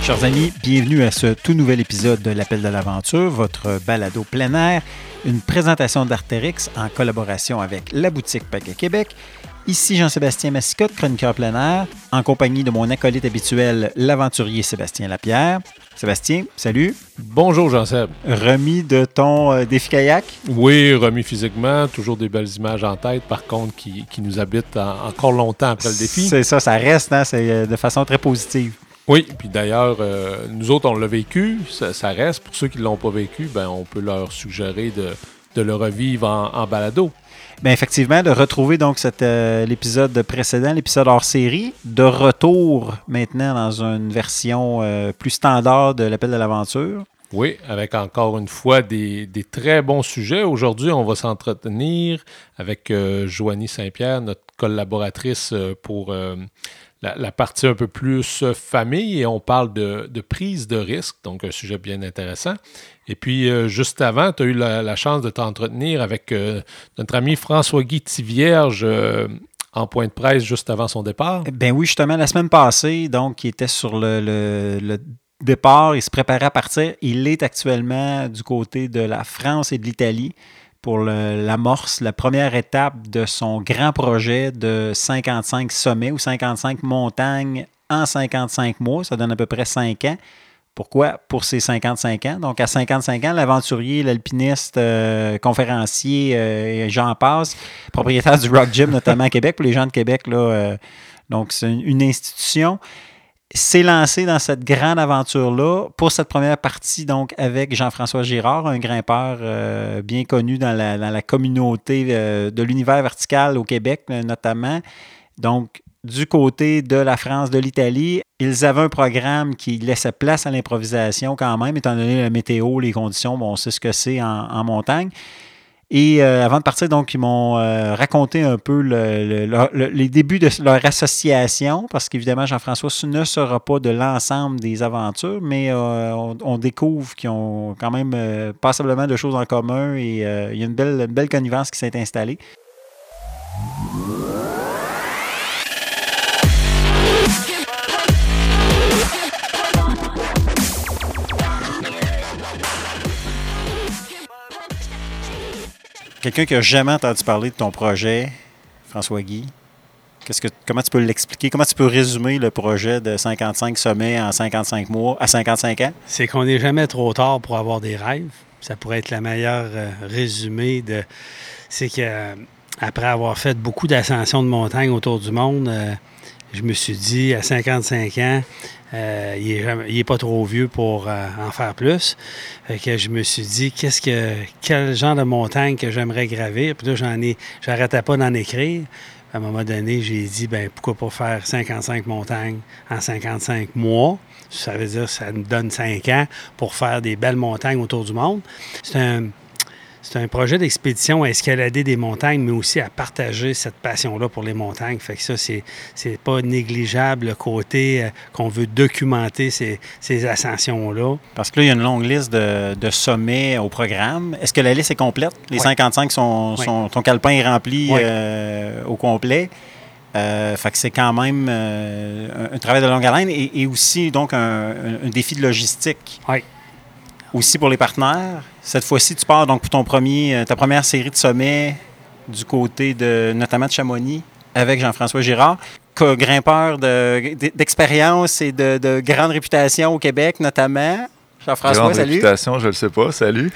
Chers amis, bienvenue à ce tout nouvel épisode de l'Appel de l'aventure, votre balado plein air, une présentation d'Artérix en collaboration avec la boutique Paquet Québec. Ici Jean-Sébastien Massicotte, chroniqueur plein air, en compagnie de mon acolyte habituel, l'aventurier Sébastien Lapierre. Sébastien, salut. Bonjour Jean-Seb. Remis de ton défi kayak? Oui, remis physiquement, toujours des belles images en tête, par contre, qui nous habitent encore longtemps après le défi. C'est ça, ça reste, hein, c'est de façon très positive. Oui, puis d'ailleurs, nous autres, on l'a vécu, ça reste. Pour ceux qui ne l'ont pas vécu, ben, on peut leur suggérer de le revivre en balado. Bien, effectivement, de retrouver donc l'épisode précédent, l'épisode hors série, de retour maintenant dans une version plus standard de l'Appel de l'aventure. Oui, avec encore une fois des très bons sujets. Aujourd'hui, on va s'entretenir avec Joanie Saint-Pierre, notre collaboratrice pour la partie un peu plus famille, et on parle de prise de risque, donc un sujet bien intéressant. Et puis, juste avant, tu as eu la chance de t'entretenir avec notre ami François-Guy Thivierge en point de presse juste avant son départ. Ben oui, justement, la semaine passée, donc, il était sur le départ, il se préparait à partir. Il est actuellement du côté de la France et de l'Italie pour l'amorce, la première étape de son grand projet de 55 sommets ou 55 montagnes en 55 mois. Ça donne à peu près 5 ans. Pourquoi? Pour ses 55 ans. Donc, à 55 ans, l'aventurier, l'alpiniste, conférencier, et j'en passe, propriétaire du Rock Gym, notamment à Québec, pour les gens de Québec, là, donc c'est une institution, s'est lancé dans cette grande aventure-là pour cette première partie, donc avec Jean-François Girard, un grimpeur bien connu dans la communauté de l'univers vertical au Québec, notamment. Donc, du côté de la France, de l'Italie, ils avaient un programme qui laissait place à l'improvisation quand même, étant donné la météo, les conditions, bon, on sait ce que c'est en montagne. Et avant de partir, donc, ils m'ont raconté un peu les débuts de leur association, parce qu'évidemment, Jean-François ne sera pas de l'ensemble des aventures, mais on découvre qu'ils ont quand même passablement de choses en commun et il y a une belle connivence qui s'est installée. Quelqu'un qui n'a jamais entendu parler de ton projet, François-Guy, comment tu peux l'expliquer? Comment tu peux résumer le projet de 55 sommets en 55 mois à 55 ans? C'est qu'on n'est jamais trop tard pour avoir des rêves. Ça pourrait être le meilleur résumé de... C'est qu'après avoir fait beaucoup d'ascensions de montagne autour du monde, je me suis dit, à 55 ans, il est pas trop vieux pour en faire plus. Fait que je me suis dit, quel genre de montagne que j'aimerais gravir. Puis là, j'arrêtais pas d'en écrire. À un moment donné, j'ai dit, pourquoi pas faire 55 montagnes en 55 mois. Ça veut dire que ça nous donne 5 ans pour faire des belles montagnes autour du monde. C'est un projet d'expédition à escalader des montagnes, mais aussi à partager cette passion-là pour les montagnes. Fait que ça, c'est pas négligeable le côté qu'on veut documenter ces ascensions-là. Parce que là, il y a une longue liste de sommets au programme. Est-ce que la liste est complète? Les 55 ton calepin est rempli au complet. Fait que c'est quand même un travail de longue haleine et aussi donc un défi de logistique. Oui. Aussi pour les partenaires. Cette fois-ci, tu pars donc pour ta première série de sommets du côté notamment de Chamonix avec Jean-François Girard, grimpeur d'expérience et de grande réputation au Québec notamment. Jean-François, grande salut. Réputation, je ne le sais pas. Salut.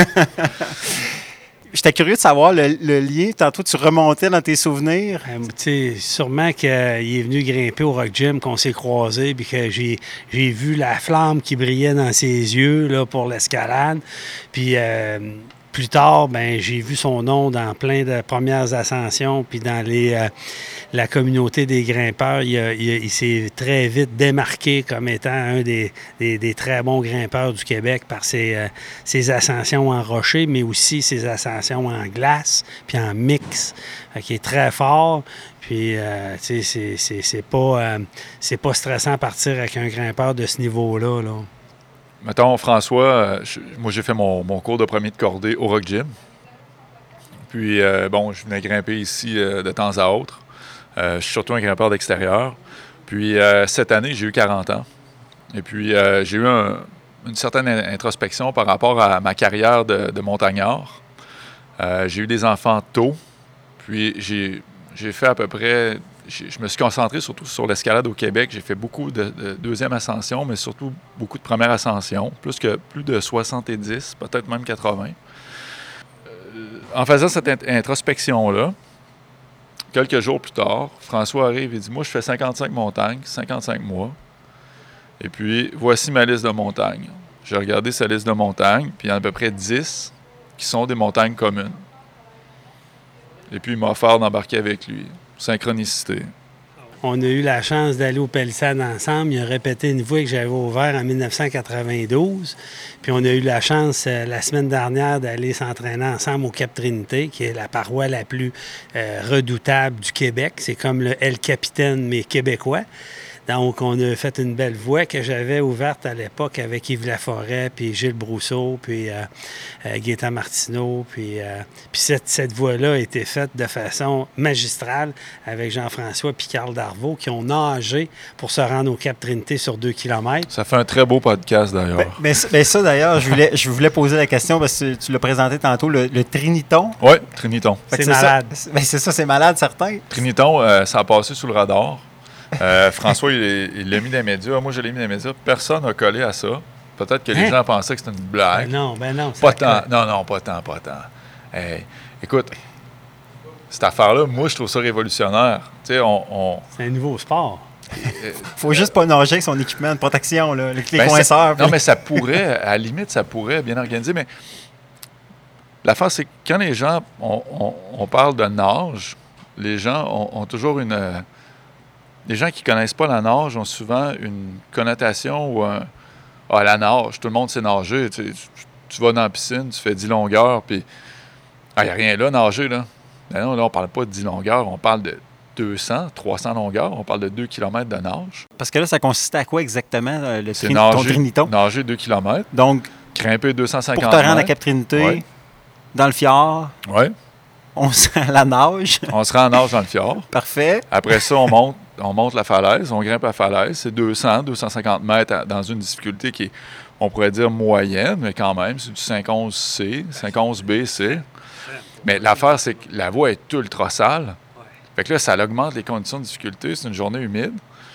J'étais curieux de savoir le lien. Tantôt, tu remontais dans tes souvenirs. Sûrement qu'il est venu grimper au Rock Gym, qu'on s'est croisés, puis que j'ai vu la flamme qui brillait dans ses yeux là, pour l'escalade. Puis plus tard, j'ai vu son nom dans plein de premières ascensions, puis dans la communauté des grimpeurs. Il s'est très vite démarqué comme étant un des très bons grimpeurs du Québec par ses ascensions en rocher, mais aussi ses ascensions en glace, puis en mix, qui est très fort. Puis, c'est pas stressant à partir avec un grimpeur de ce niveau-là, là. Mettons, François, moi, j'ai fait mon cours de premier de cordée au Rock Gym. Puis, je venais grimper ici de temps à autre. Je suis surtout un grimpeur d'extérieur. Puis, cette année, j'ai eu 40 ans. Et puis, j'ai eu une certaine introspection par rapport à ma carrière de montagnard. J'ai eu des enfants tôt, puis j'ai fait à peu près... Je me suis concentré surtout sur l'escalade au Québec. J'ai fait beaucoup de deuxième ascension, mais surtout beaucoup de première ascension, plus de 70, peut-être même 80. En faisant cette introspection-là, quelques jours plus tard, François arrive et dit « Moi, je fais 55 montagnes, 55 mois. Et puis, voici ma liste de montagnes. » J'ai regardé sa liste de montagnes, puis il y en a à peu près 10 qui sont des montagnes communes. Et puis, il m'a offert d'embarquer avec lui. Synchronicité. On a eu la chance d'aller au Palisade ensemble. Il a répété une fois que j'avais ouvert en 1992. Puis on a eu la chance la semaine dernière d'aller s'entraîner ensemble au Cap-Trinité, qui est la paroi la plus redoutable du Québec. C'est comme le El Capitaine, mais québécois. Donc, on a fait une belle voie que j'avais ouverte à l'époque avec Yves Laforêt, puis Gilles Brousseau, puis Gaétan Martineau. Puis cette voie-là a été faite de façon magistrale avec Jean-François puis Carl Darvaux qui ont nagé pour se rendre au Cap-Trinité sur 2 km. Ça fait un très beau podcast, d'ailleurs. Mais ça, d'ailleurs, je voulais poser la question parce que tu l'as présenté tantôt, le Triniton. Oui, Triniton. C'est malade. C'est ça, c'est malade, certain. Triniton, ça a passé sous le radar. François, il l'a mis dans les médias. Moi, je l'ai mis dans les médias. Personne n'a collé à ça. Peut-être que les gens pensaient que c'était une blague. Ben non. Pas tant. Non, pas tant. Écoute, cette affaire-là, moi, je trouve ça révolutionnaire. Tu sais, c'est un nouveau sport. Faut juste pas nager avec son équipement de protection, là, les coinceurs. Non, mais ça pourrait, à la limite, ça pourrait bien organiser. Mais l'affaire, c'est que quand les gens, on parle de nage, les gens ont toujours une... Les gens qui ne connaissent pas la nage ont souvent une connotation ou la nage, tout le monde sait nager. Tu vas dans la piscine, tu fais 10 longueurs, puis il n'y a rien là, nager. Là. Non, là, on ne parle pas de 10 longueurs, on parle de 200, 300 longueurs, on parle de 2 km de nage. Parce que là, ça consistait à quoi exactement, ton Triniton? Nager 2 km. Donc, grimper 250 pour te rendre à Cap-Trinité, dans le fjord. Oui. On se rend à la nage. On se rend en nage dans le fjord. Parfait. Après ça, on monte la falaise, on grimpe la falaise. C'est 200, 250 mètres dans une difficulté qui est, on pourrait dire, moyenne, mais quand même, c'est du 511C, 511B, C. Mais l'affaire, c'est que la voie est ultra sale. Fait que là, ça augmente les conditions de difficulté. C'est une journée humide.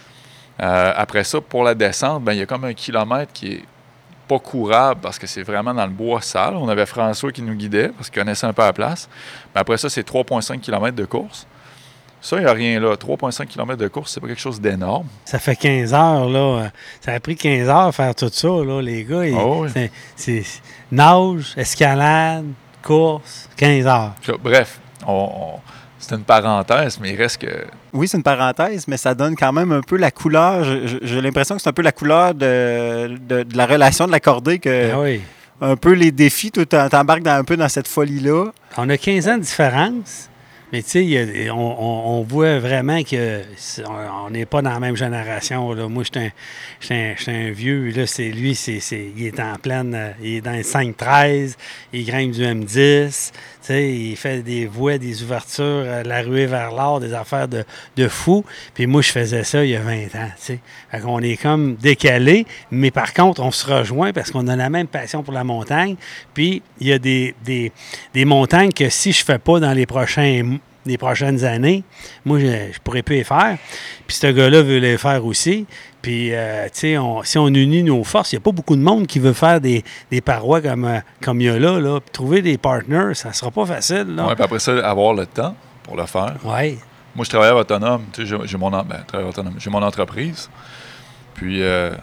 Après ça, pour la descente, il y a comme 1 kilomètre qui est pas courable parce que c'est vraiment dans le bois sale. On avait François qui nous guidait parce qu'il connaissait un peu la place. Mais après ça, c'est 3,5 km de course. Ça, il n'y a rien là. 3,5 km de course, c'est pas quelque chose d'énorme. Ça fait 15 heures, là. Ça a pris 15 heures faire tout ça, là, les gars. C'est nage, escalade, course, 15 heures. Bref, c'est une parenthèse, mais il reste que... Oui, c'est une parenthèse, mais ça donne quand même un peu la couleur. J'ai l'impression que c'est un peu la couleur de la relation de la cordée que... Ah oui. Un peu les défis, tu t'embarques un peu dans cette folie-là. On a 15 ans de différence, mais tu sais, on voit vraiment qu'on n'est pas dans la même génération. Là. Moi, j'étais un vieux. Là, il est en pleine... il est dans le 5-13, il grimpe du M10. Tu sais, il fait des voies, des ouvertures, la ruée vers l'or, des affaires de fou. Puis moi, je faisais ça il y a 20 ans, tu sais. Fait qu'on est comme décalés, mais par contre, on se rejoint parce qu'on a la même passion pour la montagne. Puis il y a des montagnes que si je fais pas dans les prochaines années, moi, je pourrais plus les faire. Puis ce gars-là veut les faire aussi. Puis, tu sais, si on unit nos forces, il n'y a pas beaucoup de monde qui veut faire des parois comme il y a là. Puis trouver des partners, ça ne sera pas facile. Oui, puis après ça, avoir le temps pour le faire. Oui. Moi, je travaille autonome. Tu sais, j'ai mon entreprise. Puis, là,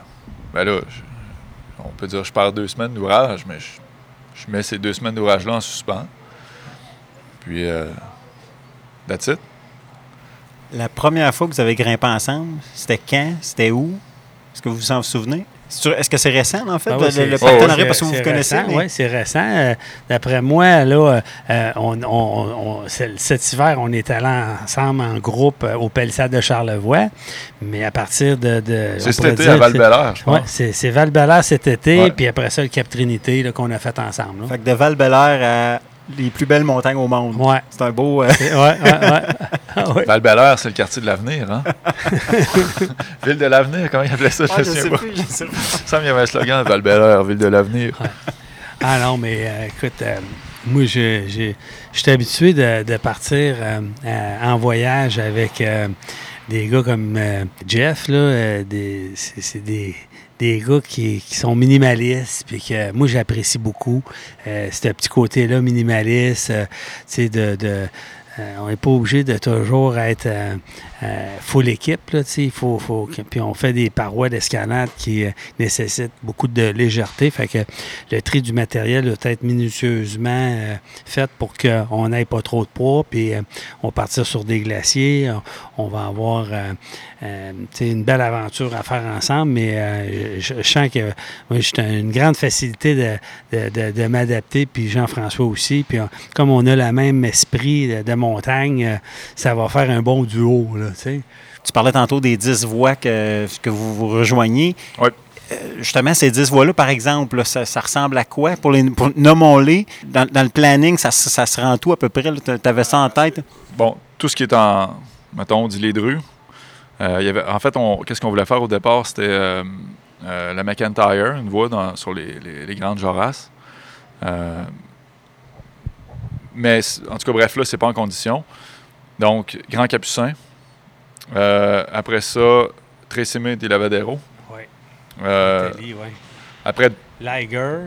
on peut dire que je perds 2 semaines d'ouvrage, mais je mets ces 2 semaines d'ouvrage-là en suspens. Puis, that's it. La première fois que vous avez grimpé ensemble, c'était quand? C'était où? Est-ce que vous vous en souvenez? Est-ce que c'est récent, en fait, le partenariat, parce que vous connaissez? Oui, c'est récent. D'après moi, là, cet hiver, on est allés ensemble en groupe au Palisade de Charlevoix, mais à partir de c'est cet été à Val-Bélair, je pense. Oui, c'est Val-Bélair cet été, puis après ça, le Cap-Trinité qu'on a fait ensemble. Là. Fait que de Val-Bélair les plus belles montagnes au monde. Ouais. C'est un beau... Ouais. Val-Bélair, c'est le quartier de l'avenir, hein? Ville de l'avenir, comment ils appelaient ça? je sais pas. Ça, il y avait un slogan, Val-Bélair, ville de l'avenir. Ouais. Ah non, mais écoute, moi, je suis habitué de partir en voyage avec des gars comme Jeff, là, c'est des gars qui sont minimalistes, puis que moi, j'apprécie beaucoup ce petit côté-là minimaliste, tu sais, on n'est pas obligé de toujours être full équipe, là, tu sais, puis on fait des parois d'escalade qui nécessitent beaucoup de légèreté, fait que le tri du matériel doit être minutieusement fait pour qu'on n'ait pas trop de poids, puis on va partir sur des glaciers, on va avoir une belle aventure à faire ensemble, mais je sens que moi, j'ai une grande facilité de m'adapter, puis Jean-François aussi, puis comme on a le même esprit de montagne, ça va faire un bon duo, là, tu sais. Tu parlais tantôt des 10 voies que vous rejoignez. Oui. Justement, ces 10 voies-là, par exemple, là, ça ressemble à quoi? Nommons-les. Dans le planning, ça se rend tout à peu près? Tu avais ça en tête? Bon, tout ce qui est en, mettons, dit les drues. En fait, qu'est-ce qu'on voulait faire au départ? C'était la McIntyre, une voie sur les grandes Jorasses. Mais, en tout cas, bref, là, c'est pas en condition. Donc, Grand Capucin. Après ça, Trésimé et Lavadero. Oui. Italie, oui. Après, Liger.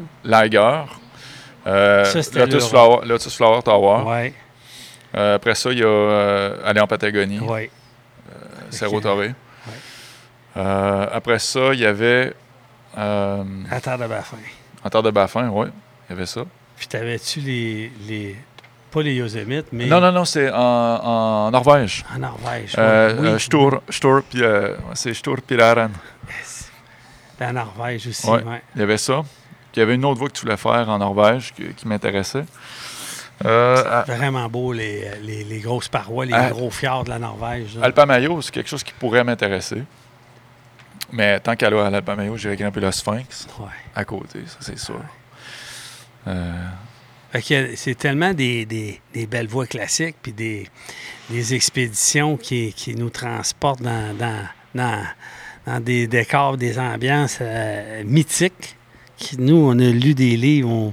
Lotus Flower Tower. Oui. Après ça, il y a aller en Patagonie. Oui. Cerro Torre. Oui. Après ça, il y avait... À Terre de Baffin. En Terre de Baffin, oui. Il y avait ça. Puis t'avais-tu les pas les Yosemite, mais... Non, c'est en Norvège. En Norvège, oui. C'est Sturpilaren. Yes. La Norvège aussi, Oui, ouais. il y avait ça. Puis il y avait une autre voie que tu voulais faire en Norvège qui m'intéressait. Vraiment beau, les grosses parois, les gros fjords de la Norvège. Là. Alpamayo, c'est quelque chose qui pourrait m'intéresser. Mais tant qu'à aller à l'Alpamayo, j'irais grimper le Sphinx à côté, ça c'est sûr. Fait que c'est tellement des belles voies classiques puis des expéditions qui nous transportent dans des décors, des ambiances mythiques. Nous, on a lu des livres,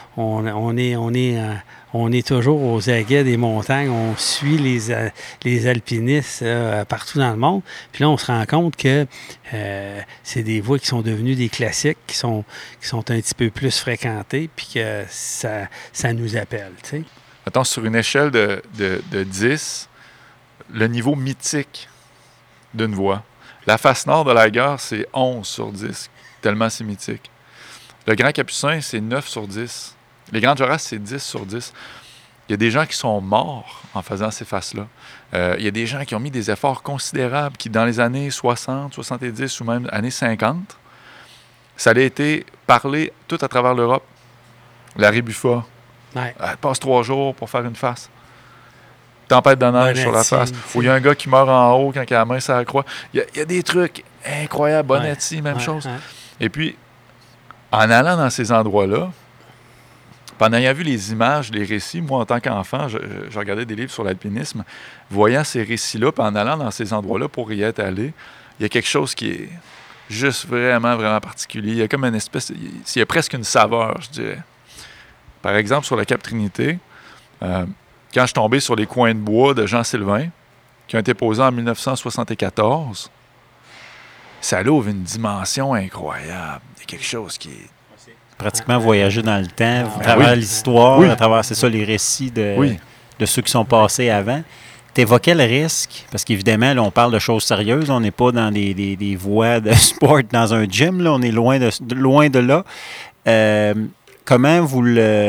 on est toujours aux aguets des montagnes, on suit les alpinistes partout dans le monde. Puis là, on se rend compte que c'est des voies qui sont devenues des classiques, qui sont un petit peu plus fréquentées, puis que ça nous appelle, tu sais. Mettons, sur une échelle de 10, le niveau mythique d'une voie. La face nord de la gare, c'est 11 sur 10, tellement c'est mythique. Le Grand Capucin, c'est 9 sur 10. Les Grandes Jorasses, c'est 10 sur 10. Il y a des gens qui sont morts en faisant ces faces-là. Il y a des gens qui ont mis des efforts considérables, qui dans les années 60, 70 ou même années 50, ça a été parlé tout à travers l'Europe. La Rébuffa. Ouais. Elle passe 3 jours pour faire une face. Tempête de neige sur la face. Ou il y a un gars qui meurt en haut quand il a la main sur la croix. Il y a des trucs incroyables. Bonetti, même chose. Ouais. Et puis, en allant dans ces endroits-là, pendant ayant vu les images, les récits, moi, en tant qu'enfant, je regardais des livres sur l'alpinisme, voyant ces récits-là, puis en allant dans ces endroits-là pour y être allé, il y a quelque chose qui est juste vraiment, vraiment particulier. Il y a comme une espèce... Il y a presque une saveur, je dirais. Par exemple, sur le Cap Trinité, quand je suis tombé sur les coins de bois de Jean Sylvain, qui ont été posés en 1974, ça ouvre une dimension incroyable. Il y a quelque chose qui est... Pratiquement voyager dans le temps, à travers l'histoire, à travers, c'est ça, les récits de ceux qui sont passés avant. Tu évoquais le risque, parce qu'évidemment, là, on parle de choses sérieuses. On n'est pas dans des voies de sport dans un gym. Là, on est loin de là. Comment vous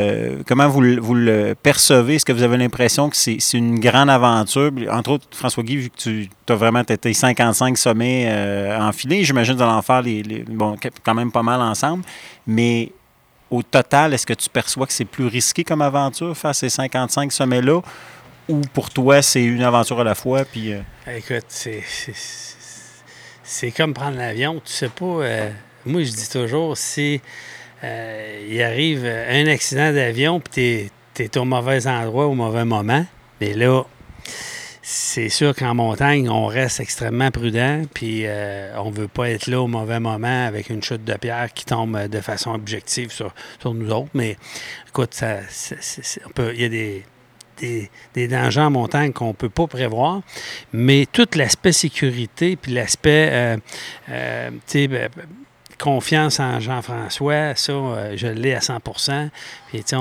le percevez? Est-ce que vous avez l'impression que c'est une grande aventure? Entre autres, François-Guy, vu que tu as vraiment été 55 sommets enfilés, j'imagine que vous allez en faire quand même pas mal ensemble. Mais au total, est-ce que tu perçois que c'est plus risqué comme aventure faire ces 55 sommets-là? Ou pour toi, c'est une aventure à la fois? Puis, Écoute, c'est comme prendre l'avion. Tu sais pas... moi, je dis toujours, il arrive un accident d'avion, puis es au mauvais endroit au mauvais moment. Mais là, c'est sûr qu'en montagne, on reste extrêmement prudent, puis on ne veut pas être là au mauvais moment avec une chute de pierre qui tombe de façon objective sur nous autres. Mais écoute, il y a des dangers en montagne qu'on ne peut pas prévoir, mais tout l'aspect sécurité, puis l'aspect, confiance en Jean-François, ça, je l'ai à 100%. Puis, tu sais,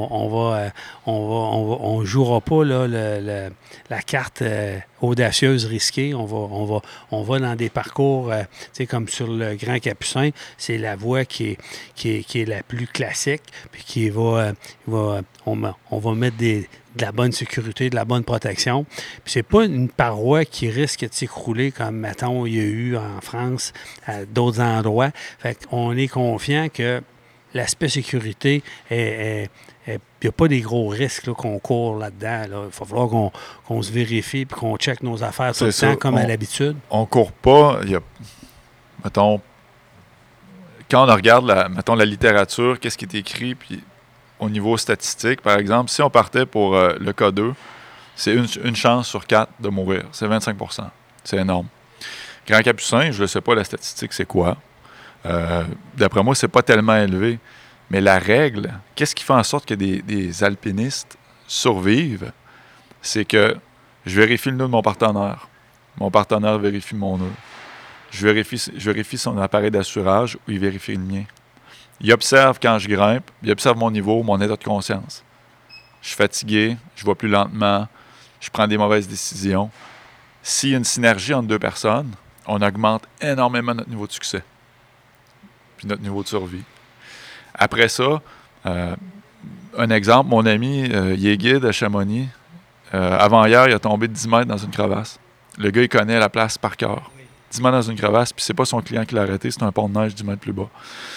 on jouera pas là, la carte audacieuse, risquée. On va dans des parcours, tu sais, comme sur le Grand Capucin, c'est la voie qui est la plus classique, puis on va mettre de la bonne sécurité, de la bonne protection. Puis c'est pas une paroi qui risque de s'écrouler comme, mettons, il y a eu en France à d'autres endroits. Fait qu'on est confiant que l'aspect sécurité il n'y a pas des gros risques là, qu'on court là-dedans. Là. Il va falloir qu'on se vérifie et qu'on check nos affaires tout le temps, comme à l'habitude. On ne court pas. Mettons, quand on regarde la littérature, qu'est-ce qui est écrit, puis au niveau statistique, par exemple, si on partait pour le cas 2, c'est une chance sur 4 de mourir. C'est 25 %. C'est énorme. Grand Capucin, je ne sais pas la statistique, c'est quoi. D'après moi, c'est pas tellement élevé. Mais la règle, qu'est-ce qui fait en sorte que des alpinistes survivent? C'est que je vérifie le nœud de mon partenaire. Mon partenaire vérifie mon nœud. Je vérifie son appareil d'assurage ou il vérifie le mien. Il observe quand je grimpe, il observe mon niveau, mon état de conscience. Je suis fatigué, je vais plus lentement, je prends des mauvaises décisions. S'il y a une synergie entre deux personnes, on augmente énormément notre niveau de succès puis notre niveau de survie. Après ça, un exemple, mon ami, il est guide à Chamonix. Avant-hier, il a tombé de 10 mètres dans une crevasse. Le gars, il connaît la place par cœur. 10 mètres dans une crevasse, puis c'est pas son client qui l'a arrêté, c'est un pont de neige 10 mètres plus bas.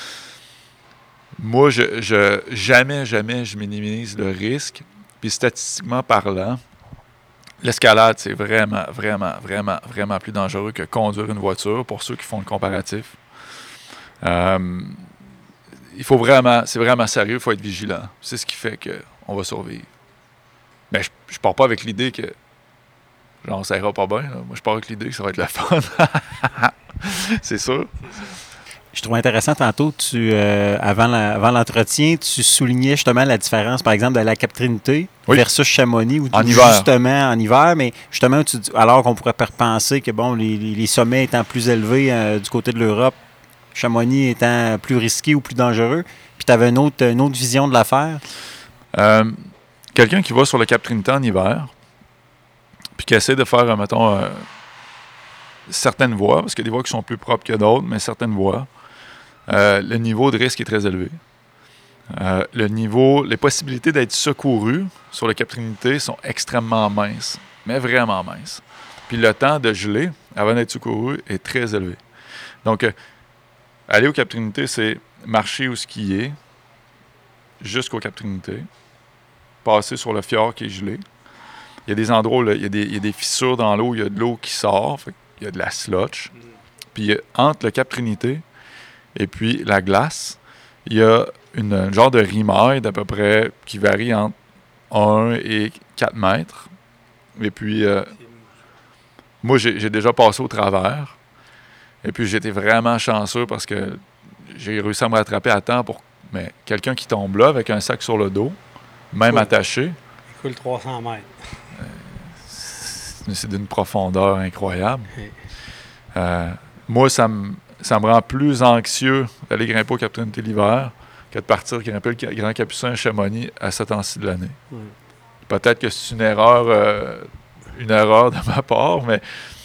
Moi, jamais je minimise le risque. Puis statistiquement parlant, l'escalade, c'est vraiment plus dangereux que conduire une voiture pour ceux qui font le comparatif. C'est vraiment sérieux, il faut être vigilant. C'est ce qui fait qu'on va survivre. Mais je pars pas avec l'idée que genre ça ira pas bien. Là. Moi, je pars avec l'idée que ça va être la fun. C'est sûr. Je trouve intéressant tantôt, avant l'entretien, tu soulignais justement la différence, par exemple, de la Cap-Trinité versus Chamonix, où justement en hiver, mais justement, alors qu'on pourrait penser que bon, les sommets étant plus élevés du côté de l'Europe, Chamonix étant plus risqué ou plus dangereux, puis tu avais une autre vision de l'affaire. Quelqu'un qui va sur le Cap-Trinité en hiver, puis qui essaie de faire, mettons, certaines voies, parce qu'il y a des voies qui sont plus propres que d'autres, mais certaines voies, le niveau de risque est très élevé. Les possibilités d'être secouru sur le Cap-Trinité sont extrêmement minces, mais vraiment minces. Puis le temps de geler avant d'être secouru est très élevé. Donc, aller au Cap-Trinité, c'est marcher ou skier jusqu'au Cap-Trinité, passer sur le fjord qui est gelé. Il y a des endroits où il y a des fissures dans l'eau, il y a de l'eau qui sort, il y a de la slotch. Puis entre le Cap-Trinité et puis la glace, il y a une genre de rimaille d'à peu près qui varie entre 1 et 4 mètres. Et puis, moi, j'ai déjà passé au travers. Et puis, j'étais vraiment chanceux parce que j'ai réussi à me rattraper à temps mais quelqu'un qui tombe là avec un sac sur le dos, même attaché. Il coule 300 mètres. C'est d'une profondeur incroyable. Moi, ça me rend plus anxieux d'aller grimper au Cap-Trinité l'hiver que de partir grimper le Grand Capucin à Chamonix à ce temps-ci de l'année. Peut-être que c'est une erreur de ma part, mais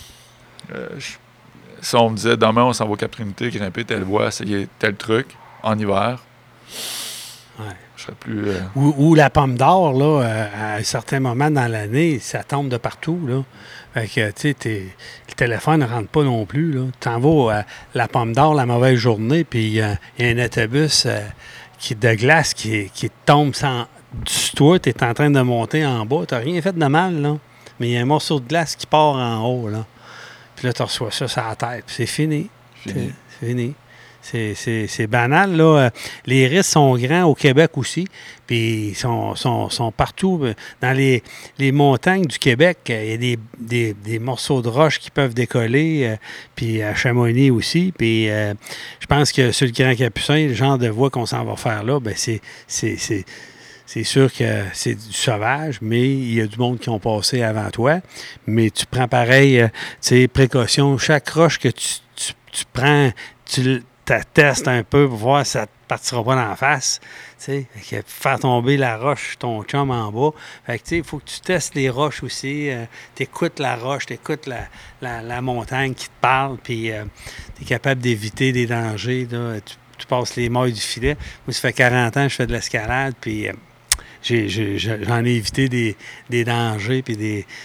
si on me disait demain on s'en va au Cap-Trinité, grimper telle voie, essayer tel truc en hiver, je serais plus... Ou la pomme d'or, là, à un certain moment dans l'année, ça tombe de partout, là. Fait que, tu sais, le téléphone ne rentre pas non plus, là. Tu t'en vas à la pomme d'or, la mauvaise journée, puis il y a un autobus de glace qui tombe sur toi, tu es en train de monter en bas, tu n'as rien fait de mal, là. Mais il y a un morceau de glace qui part en haut, là. Puis là, tu reçois ça sur la tête, puis c'est fini. C'est fini. C'est banal, là. Les risques sont grands au Québec aussi, puis ils sont partout. Dans les montagnes du Québec, il y a des morceaux de roche qui peuvent décoller, puis à Chamonix aussi. Puis je pense que sur le Grand Capucin, le genre de voie qu'on s'en va faire là, ben c'est sûr que c'est du sauvage, mais il y a du monde qui ont passé avant toi. Mais tu prends pareil, tu sais, précaution. Chaque roche que tu prends, tu testes un peu pour voir si ça ne partira pas dans la face. Tu sais, faire tomber la roche, ton chum en bas. Fait que tu sais, il faut que tu testes les roches aussi. Tu écoutes la roche, tu écoutes la montagne qui te parle, puis tu es capable d'éviter des dangers. Là. Tu passes les mailles du filet. Moi, ça fait 40 ans que je fais de l'escalade, puis j'en ai évité des dangers, puis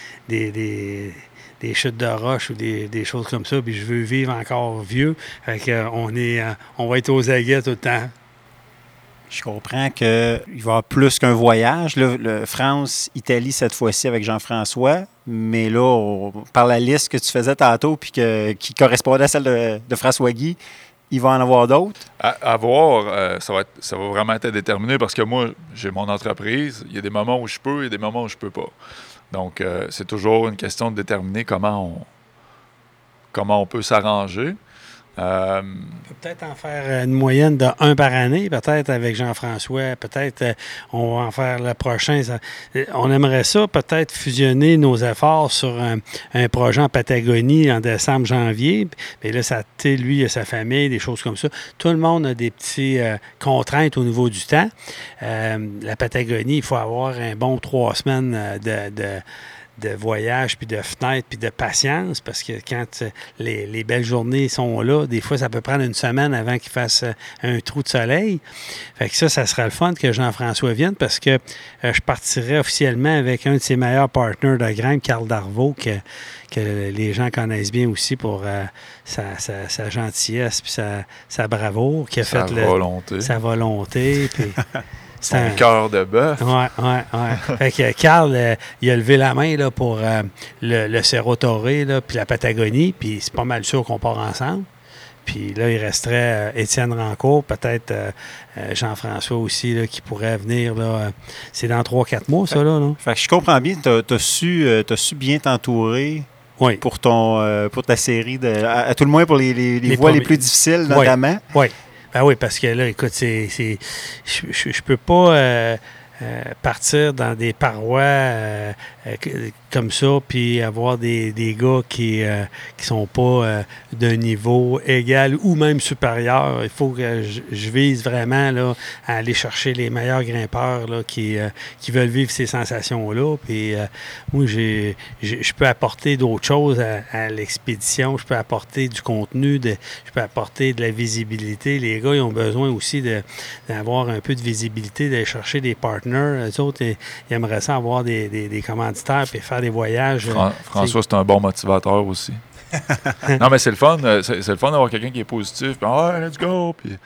des chutes de roches ou des choses comme ça, puis je veux vivre encore vieux. Fait que on va être aux aguets tout le temps. Je comprends qu'il va y avoir plus qu'un voyage. Là, France-Italie cette fois-ci avec Jean-François, mais là, par la liste que tu faisais tantôt puis qui correspondait à celle de François-Guy, il va en avoir d'autres? À voir, ça va vraiment être déterminé parce que moi, j'ai mon entreprise. Il y a des moments où je peux, il y a des moments où je peux pas. Donc, c'est toujours une question de déterminer comment on peut s'arranger. On peut peut-être en faire une moyenne de 1 par année, peut-être avec Jean-François. Peut-être on va en faire le prochain. On aimerait ça, peut-être fusionner nos efforts sur un projet en Patagonie en décembre, janvier. Mais là, lui, il a sa famille, des choses comme ça. Tout le monde a des petites contraintes au niveau du temps. La Patagonie, il faut avoir un bon 3 semaines de voyage, puis de fenêtre, puis de patience, parce que quand les belles journées sont là, des fois, ça peut prendre une semaine avant qu'il fasse un trou de soleil. Fait que ça sera le fun que Jean-François vienne, parce que je partirai officiellement avec un de ses meilleurs partenaires de grimpe, Carl Darvaux, que les gens connaissent bien aussi pour sa gentillesse puis sa bravoure, qui a fait sa volonté, puis... Son cœur de bœuf. Oui. Fait que Carl, il a levé la main là, pour le Cerro Torre, puis la Patagonie, puis c'est pas mal sûr qu'on part ensemble. Puis là, il resterait Étienne Rancourt, peut-être Jean-François aussi, là, qui pourrait venir. Là, c'est dans 3-4 mois, ça, là. Non? Fait que je comprends bien, tu as su bien t'entourer. Oui. Pour ta série, à tout le moins pour les voies les plus difficiles, notamment. Oui. Ben oui, parce que là, écoute, je peux pas partir dans des parois comme ça, puis avoir des gars qui sont pas d'un niveau égal ou même supérieur. Il faut que je vise vraiment là, à aller chercher les meilleurs grimpeurs là, qui veulent vivre ces sensations-là. Puis moi, je peux apporter d'autres choses à l'expédition. Je peux apporter du contenu, je peux apporter de la visibilité. Les gars, ils ont besoin aussi d'avoir un peu de visibilité, d'aller chercher des partners. Eux autres, ils aimeraient ça avoir des commanditaires puis faire des voyages. François, c'est un bon motivateur aussi. Non, mais c'est le fun. C'est le fun d'avoir quelqu'un qui est positif. Puis, let's go! Puis,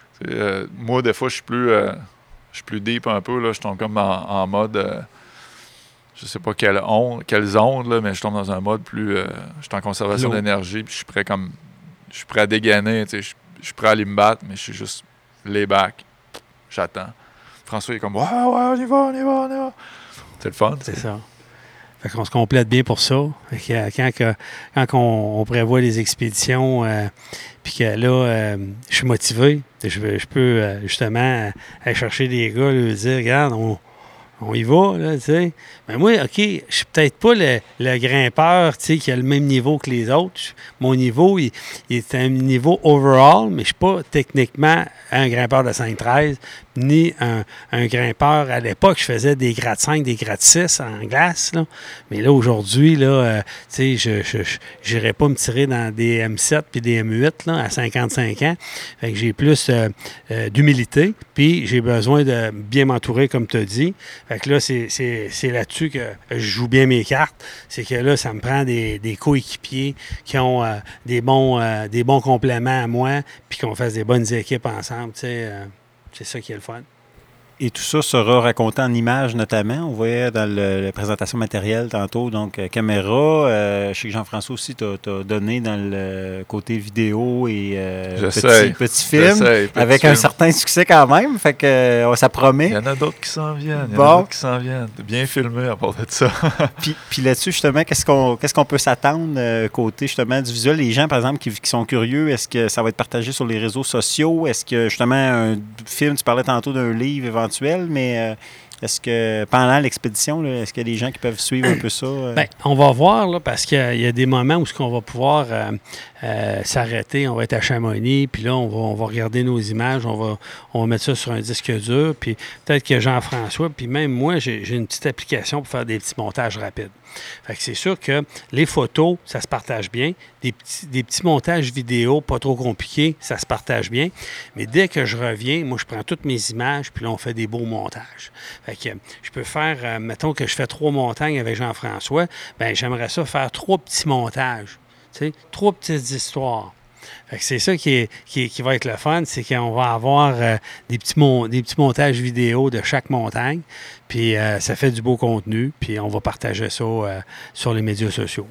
moi, des fois, je suis plus deep un peu. Là, je tombe comme en mode... je sais pas quelles ondes, là, mais je tombe dans un mode plus... je suis en conservation d'énergie. Puis, je suis prêt à dégainer. Je suis prêt à aller me battre, mais je suis juste lay back. J'attends. François, il est comme, ouais, on y va. C'est le fun. C'est ça. Fait qu'on se complète bien pour ça. Fait que quand on prévoit les expéditions, puis que là, je suis motivé, je peux justement aller chercher des gars, leur dire, regarde, on y va, là, tu sais. Mais moi, OK, je suis peut-être pas le grimpeur, tu sais, qui a le même niveau que les autres. Mon niveau, il est un niveau overall, mais je suis pas techniquement un grimpeur de 5-13, ni un grimpeur. À l'époque, je faisais des grades 5, des grades 6 en glace, là. Mais là, aujourd'hui, là, tu sais, je n'irais pas me tirer dans des M7 puis des M8, là, à 55 ans. Fait que j'ai plus d'humilité, puis j'ai besoin de bien m'entourer, comme tu as dit. Fait que là, c'est là-dessus que je joue bien mes cartes. C'est que là, ça me prend des coéquipiers qui ont des bons compléments à moi, puis qu'on fasse des bonnes équipes ensemble. Tu sais, c'est ça qui est le fun. Et tout ça sera raconté en images notamment. On voyait dans la présentation matérielle tantôt, donc caméra. Je sais que Jean-François aussi t'a donné dans le côté vidéo et petit film, avec un certain succès quand même. Fait que ça promet. Il y en a d'autres qui s'en viennent. Bien filmé à part de ça. puis là-dessus, justement, qu'est-ce qu'on peut s'attendre côté justement du visuel? Les gens, par exemple, qui sont curieux, est-ce que ça va être partagé sur les réseaux sociaux? Est-ce que justement un film, tu parlais tantôt d'un livre éventuel, mais est-ce que pendant l'expédition, là, est-ce qu'il y a des gens qui peuvent suivre un peu ça? Bien, on va voir, là, parce qu'il y a des moments où on va pouvoir s'arrêter, on va être à Chamonix, puis là, on va regarder nos images, on va mettre ça sur un disque dur, puis peut-être que Jean-François, puis même moi, j'ai une petite application pour faire des petits montages rapides. Fait que c'est sûr que les photos, ça se partage bien. Des petits montages vidéo, pas trop compliqués, ça se partage bien. Mais dès que je reviens, moi, je prends toutes mes images, puis là, on fait des beaux montages. Fait que je peux faire, mettons que je fais 3 montagnes avec Jean-François, bien, j'aimerais ça faire 3 petits montages. Tu sais, 3 petites histoires. Fait que c'est ça qui va être le fun, c'est qu'on va avoir des petits montages vidéo de chaque montagne, puis ça fait du beau contenu, puis on va partager ça sur les médias sociaux.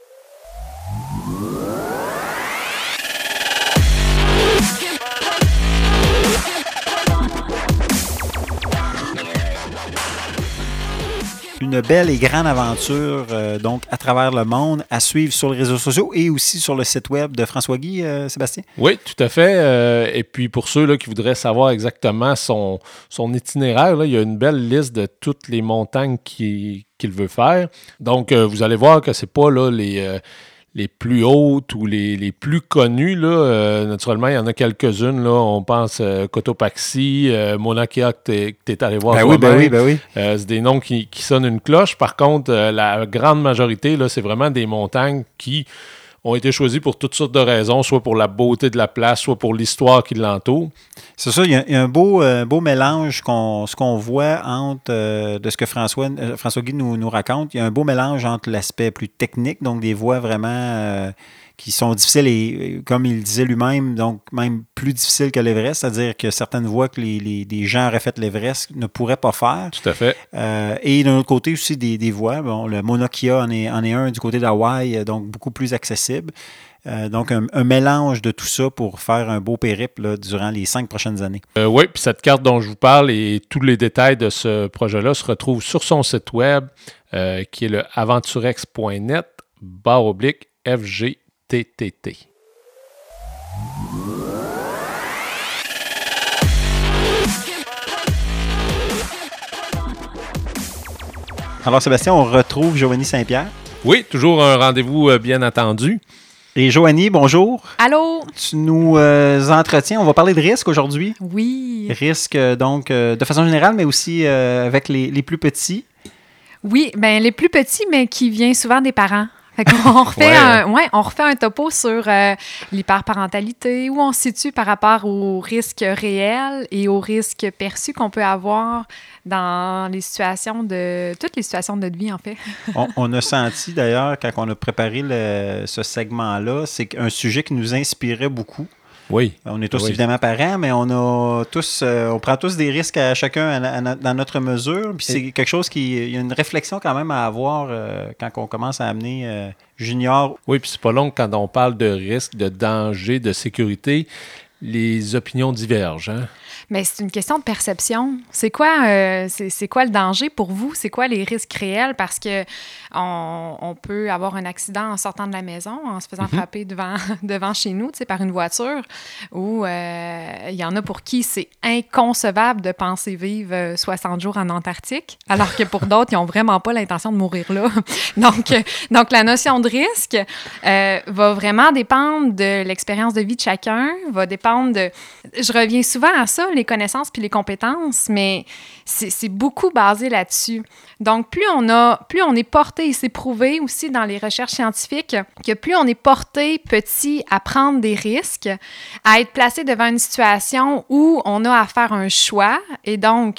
Une belle et grande aventure donc à travers le monde à suivre sur les réseaux sociaux et aussi sur le site web de François-Guy, Sébastien? Oui, tout à fait. Et puis pour ceux là, qui voudraient savoir exactement son itinéraire, là, il y a une belle liste de toutes les montagnes qu'il veut faire. Donc vous allez voir que c'est pas là les plus hautes ou les plus connues. Là, naturellement, il y en a quelques-unes. Là, on pense Cotopaxi, Mauna Kea que tu es allé voir toi-même. Ben oui. C'est des noms qui sonnent une cloche. Par contre, la grande majorité, là, c'est vraiment des montagnes qui ont été choisies pour toutes sortes de raisons, soit pour la beauté de la place, soit pour l'histoire qui l'entoure. C'est ça, il y a un beau mélange, ce qu'on voit entre, de ce que François-Guy nous raconte, il y a un beau mélange entre l'aspect plus technique, donc des voies vraiment qui sont difficiles et, comme il disait lui-même, donc même plus difficiles que l'Everest, c'est-à-dire que certaines voies que des gens auraient fait l'Everest ne pourraient pas faire. Tout à fait. Et d'un autre côté aussi des voies, bon, le Mauna Kea en est un du côté d'Hawaï, donc beaucoup plus accessible. Donc, un mélange de tout ça pour faire un beau périple là, durant les 5 prochaines années. Oui, puis cette carte dont je vous parle et tous les détails de ce projet-là se retrouvent sur son site web qui est le aventurex.net/FGTTT. Alors, Sébastien, on retrouve Joanie Saint-Pierre. Oui, toujours un rendez-vous bien attendu. Et Joanie, bonjour. Allô? Tu nous entretiens. On va parler de risques aujourd'hui. Oui. Risques, donc, de façon générale, mais aussi avec les plus petits. Oui, bien, les plus petits, mais qui viennent souvent des parents. Fait qu'on refait, on refait un topo sur l'hyperparentalité, où on se situe par rapport aux risques réels et aux risques perçus qu'on peut avoir dans toutes les situations de notre vie, en fait. On a senti, d'ailleurs, quand on a préparé ce segment-là, c'est un sujet qui nous inspirait beaucoup. Oui. On est tous évidemment parents, mais on prend tous des risques à chacun dans notre mesure. Puis c'est quelque chose il y a une réflexion quand même à avoir quand on commence à amener junior. Oui, puis c'est pas long quand on parle de risque, de danger, de sécurité, les opinions divergent, hein? Mais c'est une question de perception. C'est quoi le danger pour vous? C'est quoi les risques réels? Parce que on peut avoir un accident en sortant de la maison, en se faisant frapper devant chez nous, par une voiture, ou il y en a pour qui c'est inconcevable de penser vivre 60 jours en Antarctique, alors que pour d'autres, ils n'ont vraiment pas l'intention de mourir là. Donc la notion de risque va vraiment dépendre de l'expérience de vie de chacun, va dépendre de... Je reviens souvent à ça, les connaissances puis les compétences, mais c'est beaucoup basé là-dessus. Donc, plus on est porté, et c'est prouvé aussi dans les recherches scientifiques, que plus on est porté petit à prendre des risques, à être placé devant une situation où on a à faire un choix et donc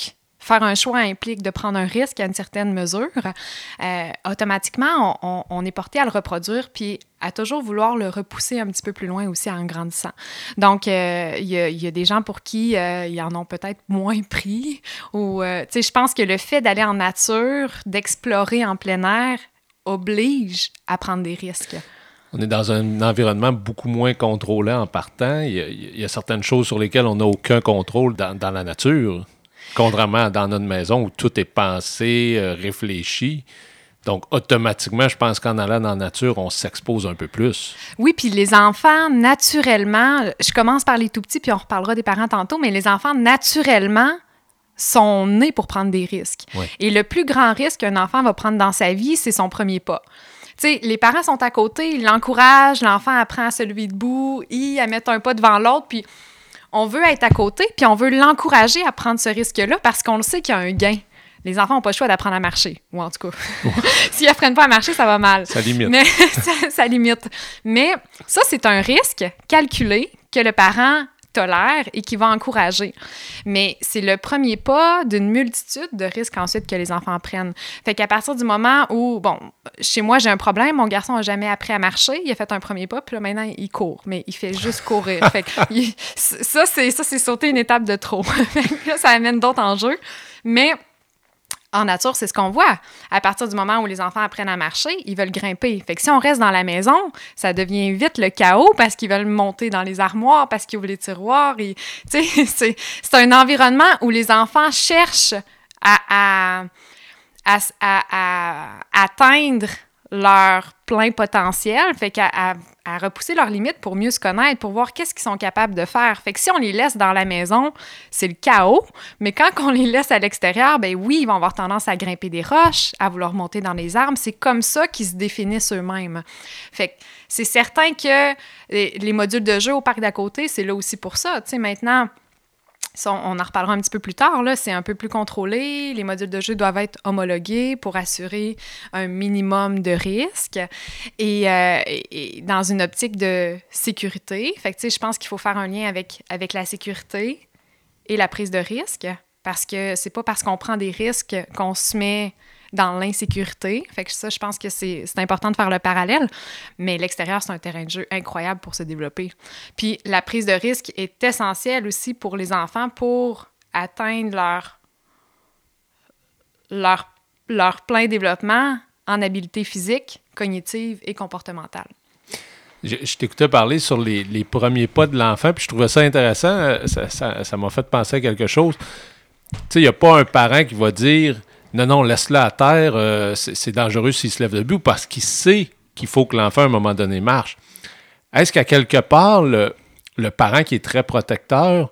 faire un choix implique de prendre un risque à une certaine mesure, automatiquement, on est porté à le reproduire puis à toujours vouloir le repousser un petit peu plus loin aussi en grandissant. Donc, il y a des gens pour qui ils en ont peut-être moins pris. Ou, je pense que le fait d'aller en nature, d'explorer en plein air, oblige à prendre des risques. On est dans un environnement beaucoup moins contrôlé en partant. Il y a certaines choses sur lesquelles on n'a aucun contrôle dans la nature, contrairement à dans notre maison où tout est pensé, réfléchi. Donc, automatiquement, je pense qu'en allant dans la nature, on s'expose un peu plus. Oui, puis les enfants, naturellement, je commence par les tout-petits, puis on reparlera des parents tantôt, mais les enfants, naturellement, sont nés pour prendre des risques. Oui. Et le plus grand risque qu'un enfant va prendre dans sa vie, c'est son premier pas. Tu sais, les parents sont à côté, ils l'encouragent, l'enfant apprend à se lever debout, à mettre un pas devant l'autre, puis on veut être à côté, puis on veut l'encourager à prendre ce risque-là parce qu'on le sait qu'il y a un gain. Les enfants n'ont pas le choix d'apprendre à marcher, ou en tout cas, s'ils n'apprennent pas à marcher, ça va mal. Ça limite. Mais, ça limite. Mais ça, c'est un risque calculé que le parent tolère et qui va encourager. Mais c'est le premier pas d'une multitude de risques ensuite que les enfants prennent. Fait qu'à partir du moment où, bon, chez moi, j'ai un problème, mon garçon n'a jamais appris à marcher, il a fait un premier pas, puis là, maintenant, il court, mais il fait juste courir. Fait que ça, c'est sauter une étape de trop. Là, ça amène d'autres enjeux. Mais en nature, c'est ce qu'on voit. À partir du moment où les enfants apprennent à marcher, ils veulent grimper. Fait que si on reste dans la maison, ça devient vite le chaos parce qu'ils veulent monter dans les armoires, parce qu'ils ouvrent les tiroirs. C'est un environnement où les enfants cherchent à atteindre leur plein potentiel, fait qu'à repousser leurs limites pour mieux se connaître, pour voir qu'est-ce qu'ils sont capables de faire. Fait que si on les laisse dans la maison, c'est le chaos, mais quand on les laisse à l'extérieur, ben oui, ils vont avoir tendance à grimper des roches, à vouloir monter dans les arbres. C'est comme ça qu'ils se définissent eux-mêmes. Fait que c'est certain que les modules de jeu au parc d'à côté, c'est là aussi pour ça. Tu sais, maintenant, on en reparlera un petit peu plus tard, là, c'est un peu plus contrôlé. Les modules de jeu doivent être homologués pour assurer un minimum de risque et dans une optique de sécurité. Fait que, tu sais, je pense qu'il faut faire un lien avec la sécurité et la prise de risque parce que c'est pas parce qu'on prend des risques qu'on se met dans l'insécurité. Fait que ça, je pense que c'est important de faire le parallèle. Mais l'extérieur, c'est un terrain de jeu incroyable pour se développer. Puis la prise de risque est essentielle aussi pour les enfants pour atteindre leur plein développement en habileté physique, cognitive et comportementale. Je t'écoutais parler sur les premiers pas de l'enfant, puis je trouvais ça intéressant. Ça m'a fait penser à quelque chose. Tu sais, il n'y a pas un parent qui va dire « Non, laisse-le à terre, c'est dangereux s'il se lève debout » parce qu'il sait qu'il faut que l'enfant, à un moment donné, marche. Est-ce qu'à quelque part, le parent qui est très protecteur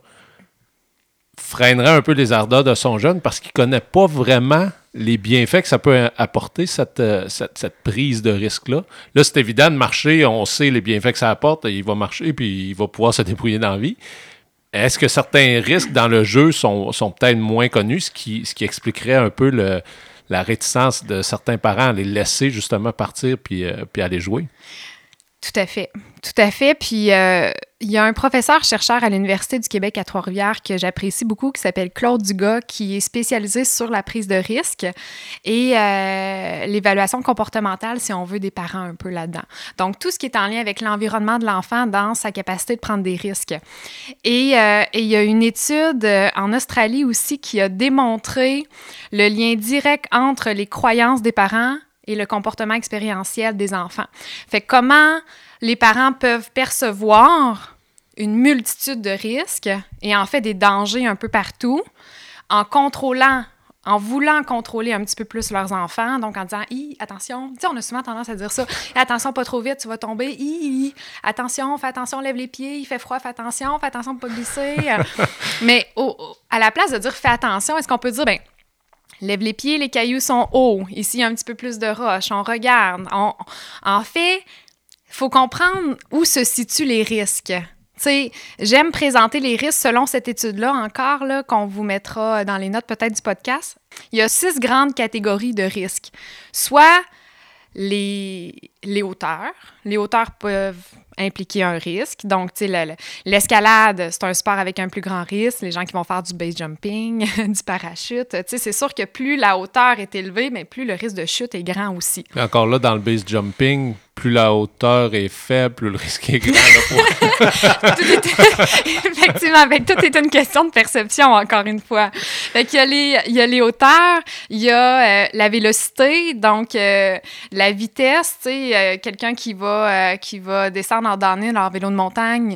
freinerait un peu les ardeurs de son jeune parce qu'il ne connaît pas vraiment les bienfaits que ça peut apporter, cette prise de risque-là? Là, c'est évident de marcher, on sait les bienfaits que ça apporte, il va marcher puis il va pouvoir se débrouiller dans la vie. Est-ce que certains risques dans le jeu sont peut-être moins connus, ce qui expliquerait un peu la réticence de certains parents à les laisser justement partir puis aller jouer? Tout à fait. Puis, il y a un professeur-chercheur à l'Université du Québec à Trois-Rivières que j'apprécie beaucoup, qui s'appelle Claude Dugas, qui est spécialisé sur la prise de risque et l'évaluation comportementale, si on veut, des parents un peu là-dedans. Donc, tout ce qui est en lien avec l'environnement de l'enfant dans sa capacité de prendre des risques. Et il y a une étude en Australie aussi qui a démontré le lien direct entre les croyances des parents et le comportement expérientiel des enfants. Fait que comment les parents peuvent percevoir une multitude de risques et en fait des dangers un peu partout en voulant contrôler un petit peu plus leurs enfants, donc en disant « attention », tu sais, on a souvent tendance à dire ça, « attention, pas trop vite, tu vas tomber, attention, fais attention, lève les pieds, il fait froid, fais attention de ne pas glisser. » Mais à la place de dire « fais attention », est-ce qu'on peut dire « lève les pieds, les cailloux sont hauts. Ici, il y a un petit peu plus de roches. On regarde. » En fait, il faut comprendre où se situent les risques. T'sais, j'aime présenter les risques selon cette étude-là encore, là, qu'on vous mettra dans les notes peut-être du podcast. Il y a 6 grandes catégories de risques. Soit les hauteurs. Les hauteurs peuvent impliquer un risque. Donc, tu sais, l'escalade, c'est un sport avec un plus grand risque. Les gens qui vont faire du base jumping, du parachute, tu sais, c'est sûr que plus la hauteur est élevée, mais plus le risque de chute est grand aussi. Mais encore là, dans le base jumping, plus la hauteur est faible, plus le risque est grand. Effectivement, tout est une question de perception, encore une fois. Fait qu'il il y a les hauteurs, il y a la vélocité, donc la vitesse, tu sais, quelqu'un qui va descendre en downhill en vélo de montagne,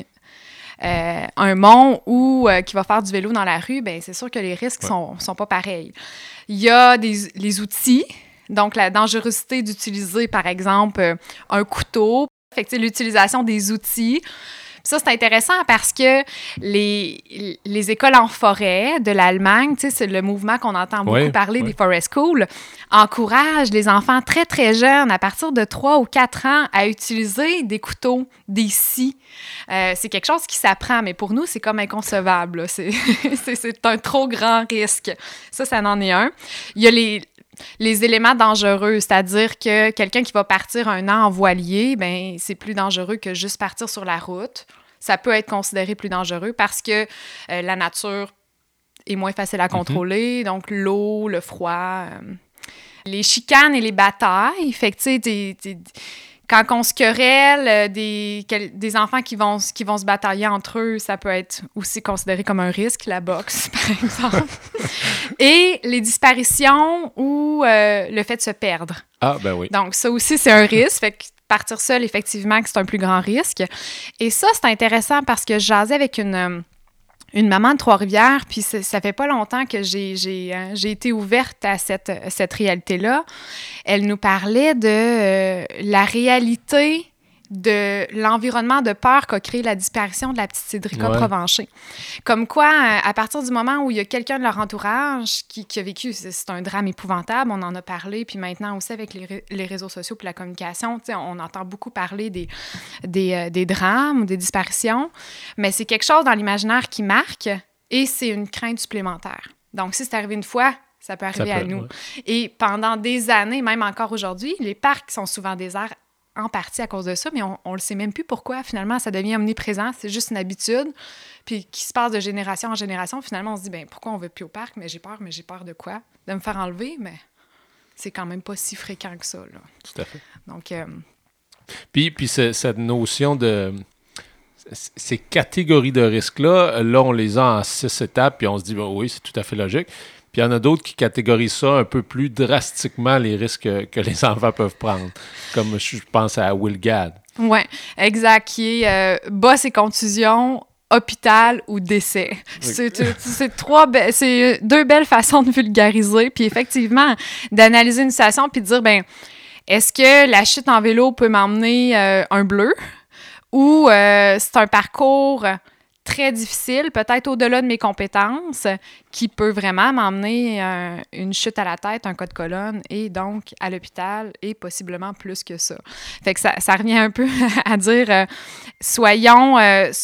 un mont ou qui va faire du vélo dans la rue, bien, c'est sûr que les risques sont pas pareils. Il y a les outils. Donc, la dangerosité d'utiliser, par exemple, un couteau. Fait que, l'utilisation des outils. Ça, c'est intéressant parce que les écoles en forêt de l'Allemagne, c'est le mouvement qu'on entend beaucoup parler des forest schools, encouragent les enfants très, très jeunes, à partir de 3 ou 4 ans, à utiliser des couteaux, des scies. C'est quelque chose qui s'apprend, mais pour nous, c'est comme inconcevable. Là. C'est un trop grand risque. Ça en est un. Il y a les éléments dangereux, c'est-à-dire que quelqu'un qui va partir 1 an en voilier, ben c'est plus dangereux que juste partir sur la route. Ça peut être considéré plus dangereux parce que la nature est moins facile à contrôler, donc l'eau, le froid, les chicanes et les batailles. Fait que, tu sais, quand on se querelle, des enfants qui vont se batailler entre eux, ça peut être aussi considéré comme un risque, la boxe, par exemple. Et les disparitions ou le fait de se perdre. Ah, ben oui. Donc, ça aussi, c'est un risque. Fait que partir seul, effectivement, c'est un plus grand risque. Et ça, c'est intéressant parce que je jasais avec une maman de Trois-Rivières, puis ça fait pas longtemps que j'ai été ouverte à cette réalité-là. Elle nous parlait de la réalité de l'environnement de peur qu'a créé la disparition de la petite Cédrica Provencher. Comme quoi, à partir du moment où il y a quelqu'un de leur entourage qui a vécu, c'est un drame épouvantable, on en a parlé, puis maintenant aussi avec les réseaux sociaux puis la communication, on entend beaucoup parler des drames ou des disparitions, mais c'est quelque chose dans l'imaginaire qui marque et c'est une crainte supplémentaire. Donc, si c'est arrivé une fois, ça peut arriver à nous. Ouais. Et pendant des années, même encore aujourd'hui, les parcs sont souvent déserts en partie à cause de ça, mais on le sait même plus pourquoi. Finalement, ça devient omniprésent. C'est juste une habitude, puis qui se passe de génération en génération. Finalement, on se dit, bien, pourquoi on ne va plus au parc? Mais j'ai peur de quoi? De me faire enlever? Mais c'est quand même pas si fréquent que ça, là. Tout à fait. Donc... Puis cette notion de... Ces catégories de risques-là, là, on les a en 6 étapes, puis on se dit, ben, oui, c'est tout à fait logique. Puis il y en a d'autres qui catégorisent ça un peu plus drastiquement, les risques que les enfants peuvent prendre, comme je pense à Will Gadd. Oui, exact, qui est bosse et contusion, hôpital ou décès. Oui. C'est 2 belles façons de vulgariser, puis effectivement, d'analyser une situation puis de dire, ben, est-ce que la chute en vélo peut m'emmener un bleu ou c'est un parcours très difficile, peut-être au-delà de mes compétences, qui peut vraiment m'emmener une chute à la tête, un cas de colonne, et donc à l'hôpital, et possiblement plus que ça. Fait que ça revient un peu à dire, soyons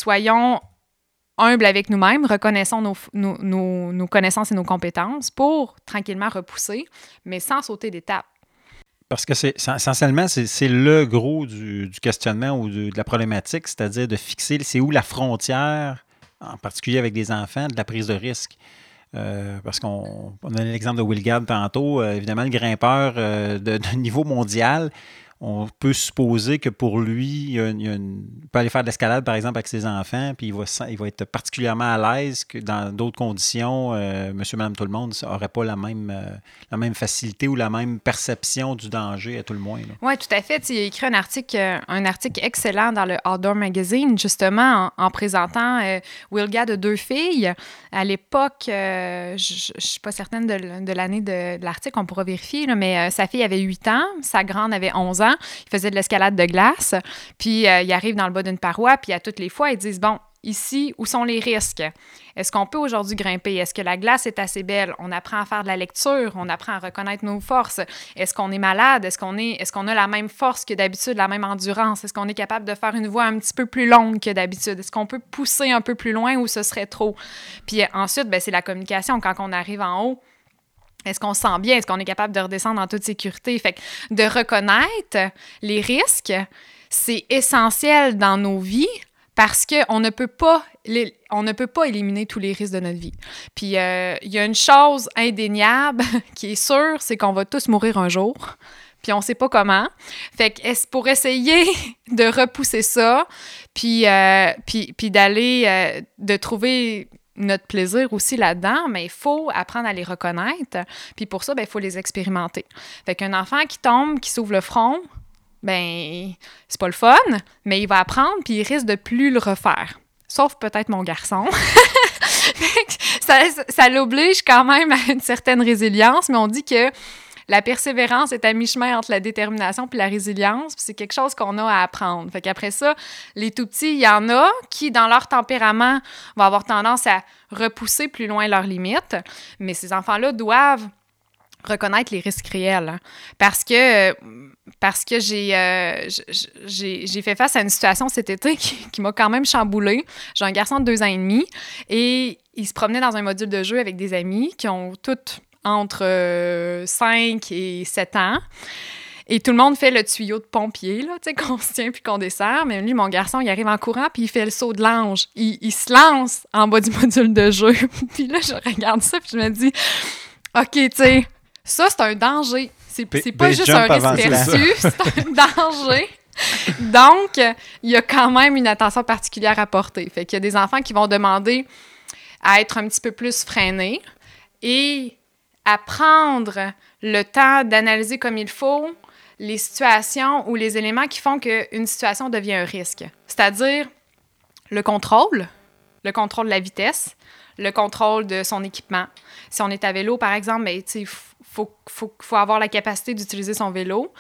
humbles avec nous-mêmes, reconnaissons nos connaissances et nos compétences pour tranquillement repousser, mais sans sauter d'étape. Parce que essentiellement, c'est le gros du questionnement ou de la problématique, c'est-à-dire de fixer c'est où la frontière, en particulier avec des enfants, de la prise de risque. Parce qu'on a l'exemple de Will Gadd tantôt, évidemment, le grimpeur de niveau mondial, on peut supposer que pour lui, il peut aller faire de l'escalade, par exemple, avec ses enfants, puis il va être particulièrement à l'aise que dans d'autres conditions, monsieur, madame, tout le monde n'aurait pas la même facilité ou la même perception du danger, à tout le moins. Oui, tout à fait. Il a écrit un article excellent dans le Outdoor Magazine, justement, en présentant Will Gadd de 2 filles. À l'époque, je ne suis pas certaine de l'année de l'article, on pourra vérifier, là, mais sa fille avait 8 ans, sa grande avait 11 ans. Il faisait de l'escalade de glace, puis il arrive dans le bas d'une paroi, puis à toutes les fois, ils disent, bon, ici, où sont les risques? Est-ce qu'on peut aujourd'hui grimper? Est-ce que la glace est assez belle? On apprend à faire de la lecture, on apprend à reconnaître nos forces. Est-ce qu'on est malade? Est-ce qu'on a la même force que d'habitude, la même endurance? Est-ce qu'on est capable de faire une voie un petit peu plus longue que d'habitude? Est-ce qu'on peut pousser un peu plus loin ou ce serait trop? Puis ensuite, c'est la communication. Quand on arrive en haut, Est-ce qu'on se sent bien? Est-ce qu'on est capable de redescendre en toute sécurité? Fait que de reconnaître les risques, c'est essentiel dans nos vies parce qu'on ne peut pas éliminer tous les risques de notre vie. Puis, il y a une chose indéniable qui est sûre, c'est qu'on va tous mourir un jour. Puis on sait pas comment. Fait que pour essayer de repousser ça, puis d'aller, de trouver notre plaisir aussi là-dedans, mais il faut apprendre à les reconnaître. Puis pour ça, il faut les expérimenter. Fait qu'un enfant qui tombe, qui s'ouvre le front, ben c'est pas le fun, mais il va apprendre, puis il risque de plus le refaire. Sauf peut-être mon garçon. ça l'oblige quand même à une certaine résilience, mais on dit que la persévérance est à mi-chemin entre la détermination puis la résilience, puis c'est quelque chose qu'on a à apprendre. Fait qu'après ça, les tout-petits, il y en a qui, dans leur tempérament, vont avoir tendance à repousser plus loin leurs limites, mais ces enfants-là doivent reconnaître les risques réels. Hein. Parce que j'ai fait face à une situation cet été qui m'a quand même chamboulée. J'ai un garçon de 2 ans et demi et il se promenait dans un module de jeu avec des amis qui ont toutes entre 5 et 7 ans. Et tout le monde fait le tuyau de pompier, là, tu sais, qu'on se tient puis qu'on descend. Mais lui, mon garçon, il arrive en courant puis il fait le saut de l'ange. Il se lance en bas du module de jeu. Puis là, je regarde ça puis je me dis, OK, tu sais, ça, c'est un danger. C'est pas juste un risque perçu, c'est un danger. Donc, il y a quand même une attention particulière à porter. Fait qu'il y a des enfants qui vont demander à être un petit peu plus freinés et à prendre le temps d'analyser comme il faut les situations ou les éléments qui font qu'une situation devient un risque. C'est-à-dire le contrôle de la vitesse, le contrôle de son équipement. Si on est à vélo, par exemple, ben, il faut avoir la capacité d'utiliser son vélo.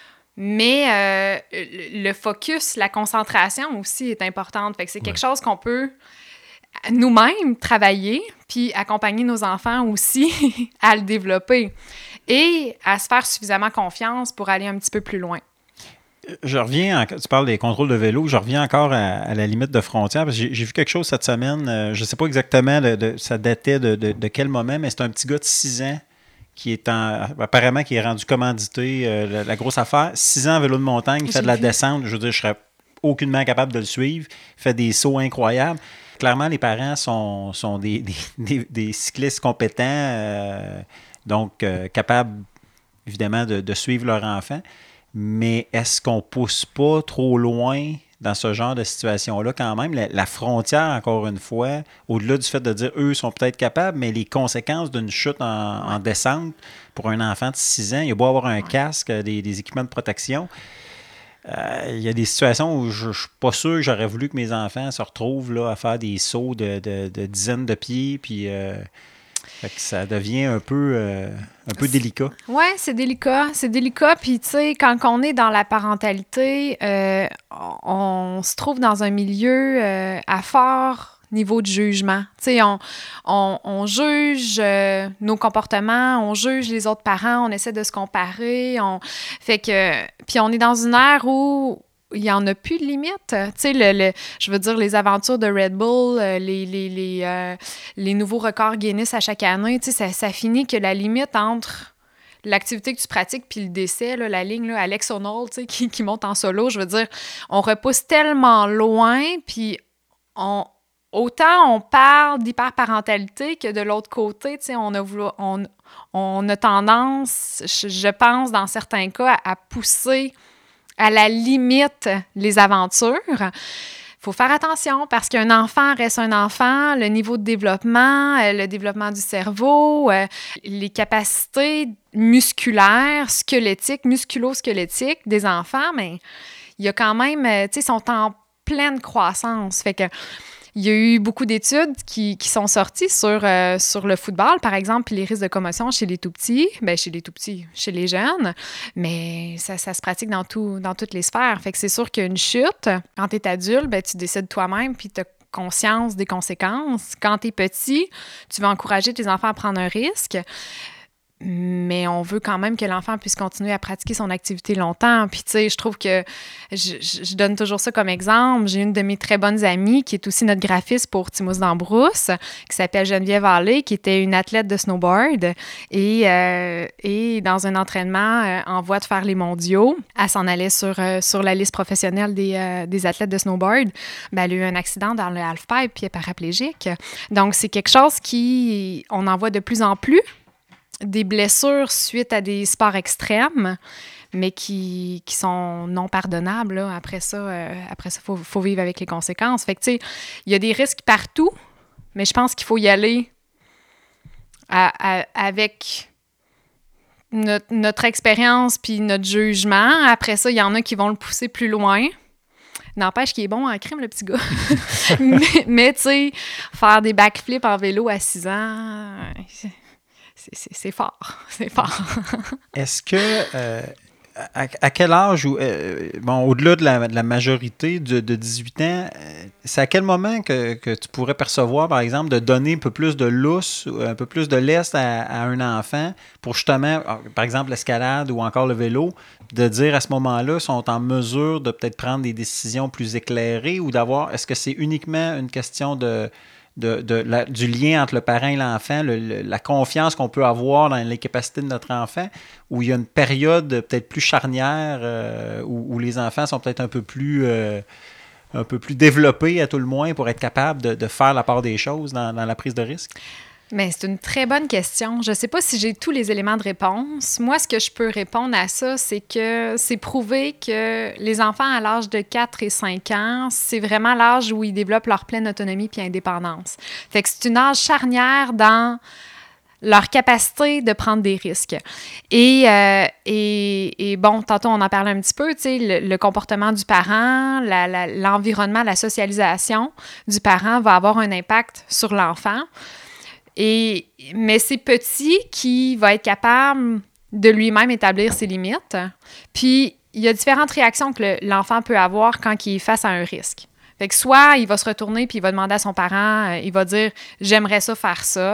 Mais le focus, la concentration aussi est importante. Fait que c'est quelque chose qu'on peut nous-mêmes travailler, puis accompagner nos enfants aussi à le développer et à se faire suffisamment confiance pour aller un petit peu plus loin. Je reviens, tu parles des contrôles de vélo, je reviens encore à la limite de frontière, parce que j'ai vu quelque chose cette semaine, je ne sais pas exactement, ça datait de quel moment, mais c'est un petit gars de 6 ans qui est apparemment qui est rendu commandité, la grosse affaire, 6 ans en vélo de montagne, il fait de la descente, je veux dire, je serais aucunement capable de le suivre, il fait des sauts incroyables. Clairement, les parents sont des cyclistes compétents, donc capables, évidemment, de suivre leur enfant. Mais est-ce qu'on ne pousse pas trop loin dans ce genre de situation-là quand même? La frontière, encore une fois, au-delà du fait de dire eux sont peut-être capables, mais les conséquences d'une chute en descente pour un enfant de 6 ans, il a beau avoir un casque, des équipements de protection. Il y a des situations où je ne suis pas sûr que j'aurais voulu que mes enfants se retrouvent là, à faire des sauts de dizaines de pieds, puis fait que ça devient un peu délicat. Oui, c'est délicat. C'est délicat, puis tu sais, quand on est dans la parentalité, on se trouve dans un milieu à fort niveau de jugement. Tu sais, on juge nos comportements, on juge les autres parents, on essaie de se comparer. Fait que, puis on est dans une ère où il n'y en a plus de limite. Tu sais, je veux dire, les aventures de Red Bull, les nouveaux records Guinness à chaque année, tu sais, ça finit que la limite entre l'activité que tu pratiques puis le décès, là, la ligne, là, Alex Honnold, tu sais, qui monte en solo, je veux dire, on repousse tellement loin, puis autant on parle d'hyperparentalité que de l'autre côté, tu sais, on a tendance, je pense, dans certains cas, à pousser à la limite les aventures. Il faut faire attention parce qu'un enfant reste un enfant, le niveau de développement, le développement du cerveau, les capacités musculaires, squelettiques, musculo-squelettiques des enfants, mais il y a quand même, tu sais, sont en pleine croissance. Fait que il y a eu beaucoup d'études qui sont sorties sur le football, par exemple, puis les risques de commotion chez les tout-petits. Bien, chez les jeunes, mais ça se pratique dans toutes les sphères. Fait que c'est sûr qu'une chute, quand tu es adulte, bien, tu décides toi-même, puis tu as conscience des conséquences. Quand tu es petit, tu vas encourager tes enfants à prendre un risque. mais on veut quand même que l'enfant puisse continuer à pratiquer son activité longtemps. Puis, tu sais, je trouve que je donne toujours ça comme exemple. J'ai une de mes très bonnes amies qui est aussi notre graphiste pour Timousse d'Ambrousse, qui s'appelle Geneviève Allé, qui était une athlète de snowboard et dans un entraînement en voie de faire les mondiaux, elle s'en allait sur la liste professionnelle des athlètes de snowboard. Ben, elle a eu un accident dans le halfpipe puis elle est paraplégique. Donc, c'est quelque chose on en voit de plus en plus. Des blessures suite à des sports extrêmes, mais qui sont non pardonnables. Là. Après ça, faut vivre avec les conséquences. Fait que, tu sais, il y a des risques partout, mais je pense qu'il faut y aller avec notre expérience puis notre jugement. Après ça, il y en a qui vont le pousser plus loin. N'empêche qu'il est bon en crime, le petit gars. mais tu sais, faire des backflips en vélo à 6 ans... C'est fort, c'est fort. Est-ce que, à quel âge, au-delà de la majorité de 18 ans, c'est à quel moment que tu pourrais percevoir, par exemple, de donner un peu plus de lousse, un peu plus de lest à un enfant pour justement, par exemple, l'escalade ou encore le vélo, de dire à ce moment-là, sont en mesure de peut-être prendre des décisions plus éclairées ou d'avoir, est-ce que c'est uniquement une question du lien entre le parent et l'enfant, la confiance qu'on peut avoir dans les capacités de notre enfant, où il y a une période peut-être plus charnière où les enfants sont peut-être un peu plus développés à tout le moins pour être capables de faire la part des choses dans la prise de risque? Mais c'est une très bonne question. Je ne sais pas si j'ai tous les éléments de réponse. Moi, ce que je peux répondre à ça, c'est que c'est prouvé que les enfants à l'âge de 4 et 5 ans, c'est vraiment l'âge où ils développent leur pleine autonomie puis indépendance. Fait que c'est une âge charnière dans leur capacité de prendre des risques. Et bon, tantôt, on en parlait un petit peu, tu sais, le comportement du parent, l'environnement, la socialisation du parent va avoir un impact sur l'enfant. Mais c'est petit qui va être capable de lui-même établir ses limites. Puis, il y a différentes réactions que l'enfant peut avoir quand il est face à un risque. Fait que soit il va se retourner puis il va demander à son parent, il va dire « J'aimerais ça faire ça ».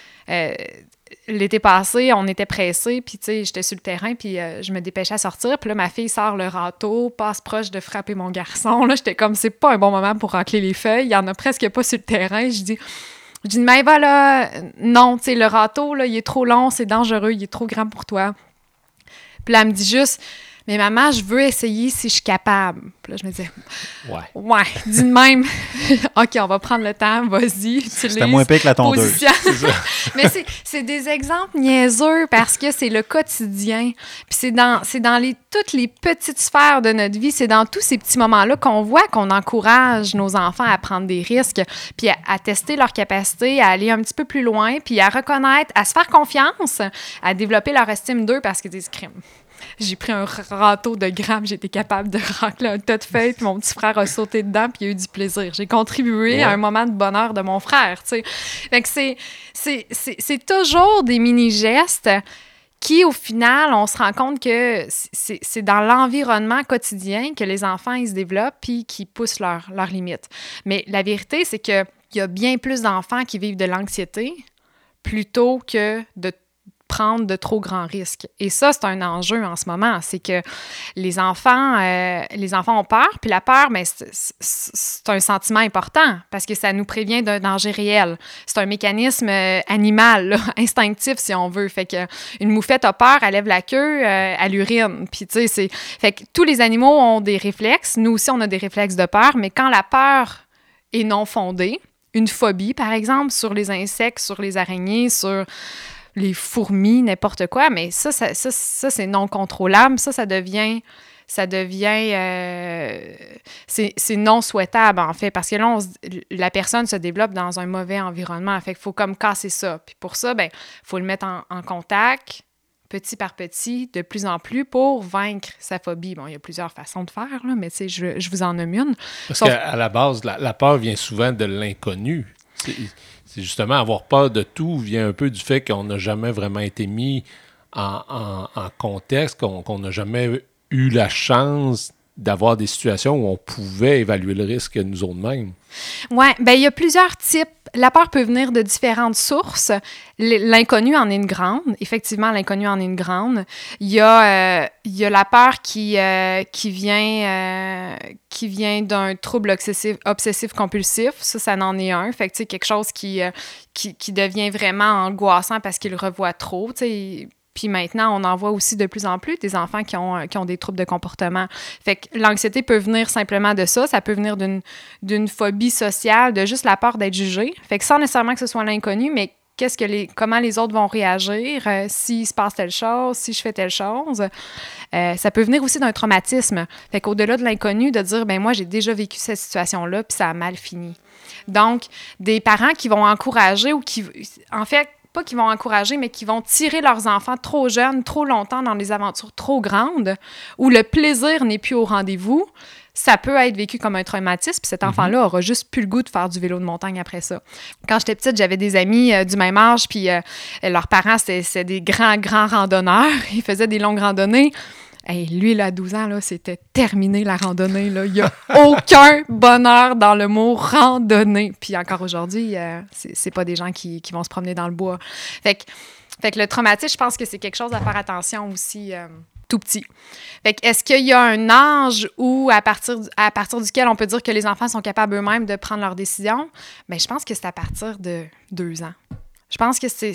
L'été passé, on était pressés, puis tu sais, j'étais sur le terrain, puis je me dépêchais à sortir. Puis là, ma fille sort le râteau, passe proche de frapper mon garçon. Là, j'étais comme « C'est pas un bon moment pour racler les feuilles. Il y en a presque pas sur le terrain. » Je dis, mais va là, non, tu sais, le râteau, là, il est trop long, c'est dangereux, il est trop grand pour toi. Puis là, elle me dit juste, mais maman, je veux essayer si je suis capable. Puis là, je me disais, ouais, dis de même, OK, on va prendre le temps, vas-y. C'était moins pire que la tondeuse. Mais c'est des exemples niaiseux parce que c'est le quotidien. Puis c'est dans toutes les petites sphères de notre vie, c'est dans tous ces petits moments-là qu'on voit qu'on encourage nos enfants à prendre des risques, puis à tester leur capacité, à aller un petit peu plus loin, puis à reconnaître, à se faire confiance, à développer leur estime d'eux parce que des crimes. J'ai pris un râteau de grammes, j'ai été capable de racler un tas de feuilles, puis mon petit frère a sauté dedans, puis il a eu du plaisir. J'ai contribué à un moment de bonheur de mon frère, tu sais. Fait que c'est toujours des mini-gestes qui, au final, on se rend compte que c'est dans l'environnement quotidien que les enfants, ils se développent, puis qui poussent leurs limites. Mais la vérité, c'est qu'il y a bien plus d'enfants qui vivent de l'anxiété plutôt que de prendre de trop grands risques. Et ça, c'est un enjeu en ce moment. C'est que les enfants ont peur, puis la peur, mais c'est un sentiment important parce que ça nous prévient d'un danger réel. C'est un mécanisme animal, là, instinctif, si on veut. Fait que une moufette a peur, elle lève la queue, elle urine. Puis, tu sais, fait que tous les animaux ont des réflexes. Nous aussi, on a des réflexes de peur, mais quand la peur est non fondée, une phobie, par exemple, sur les insectes, sur les araignées, sur les fourmis, n'importe quoi, mais ça c'est non contrôlable. Ça devient c'est non souhaitable, en fait, parce que là, la personne se développe dans un mauvais environnement. Fait qu'il faut comme casser ça. Puis pour ça, il faut le mettre en contact, petit par petit, de plus en plus, pour vaincre sa phobie. Bon, il y a plusieurs façons de faire, là, mais tu sais, je vous en nomme une. Parce qu'à la base, la peur vient souvent de l'inconnu. C'est justement avoir peur de tout vient un peu du fait qu'on n'a jamais vraiment été mis en contexte, qu'on n'a jamais eu la chance d'avoir des situations où on pouvait évaluer le risque nous autres mêmes. Oui, bien, il y a plusieurs types. La peur peut venir de différentes sources. L'inconnu en est une grande. Effectivement, l'inconnu en est une grande. Il y a la peur qui vient d'un trouble obsessif-compulsif. Ça en est un. Fait que, tu sais, quelque chose qui devient vraiment angoissant parce qu'il le revoit trop, tu sais. Puis maintenant, on en voit aussi de plus en plus des enfants qui ont des troubles de comportement. Fait que l'anxiété peut venir simplement de ça. Ça peut venir d'une phobie sociale, de juste la peur d'être jugé. Fait que sans nécessairement que ce soit l'inconnu, mais comment les autres vont réagir s'il se passe telle chose, si je fais telle chose. Ça peut venir aussi d'un traumatisme. Fait qu'au-delà de l'inconnu, de dire, ben moi, j'ai déjà vécu cette situation-là, puis ça a mal fini. Donc, des parents qui vont encourager ou en fait, pas qui vont encourager, mais qui vont tirer leurs enfants trop jeunes, trop longtemps dans des aventures trop grandes, où le plaisir n'est plus au rendez-vous, ça peut être vécu comme un traumatisme, puis cet enfant-là aura juste plus le goût de faire du vélo de montagne après ça. Quand j'étais petite, j'avais des amis du même âge, puis leurs parents, c'était des grands randonneurs. Ils faisaient des longues randonnées. Hey, lui, là, à 12 ans, là, c'était terminé la randonnée. Là. Il n'y a aucun bonheur dans le mot randonnée. Puis encore aujourd'hui, c'est pas des gens qui vont se promener dans le bois. Fait que le traumatisme, je pense que c'est quelque chose à faire attention aussi tout petit. Fait que est-ce qu'il y a un âge où, à partir duquel on peut dire que les enfants sont capables eux-mêmes de prendre leurs décisions? Bien, je pense que c'est à partir de 2 ans. Je pense que c'est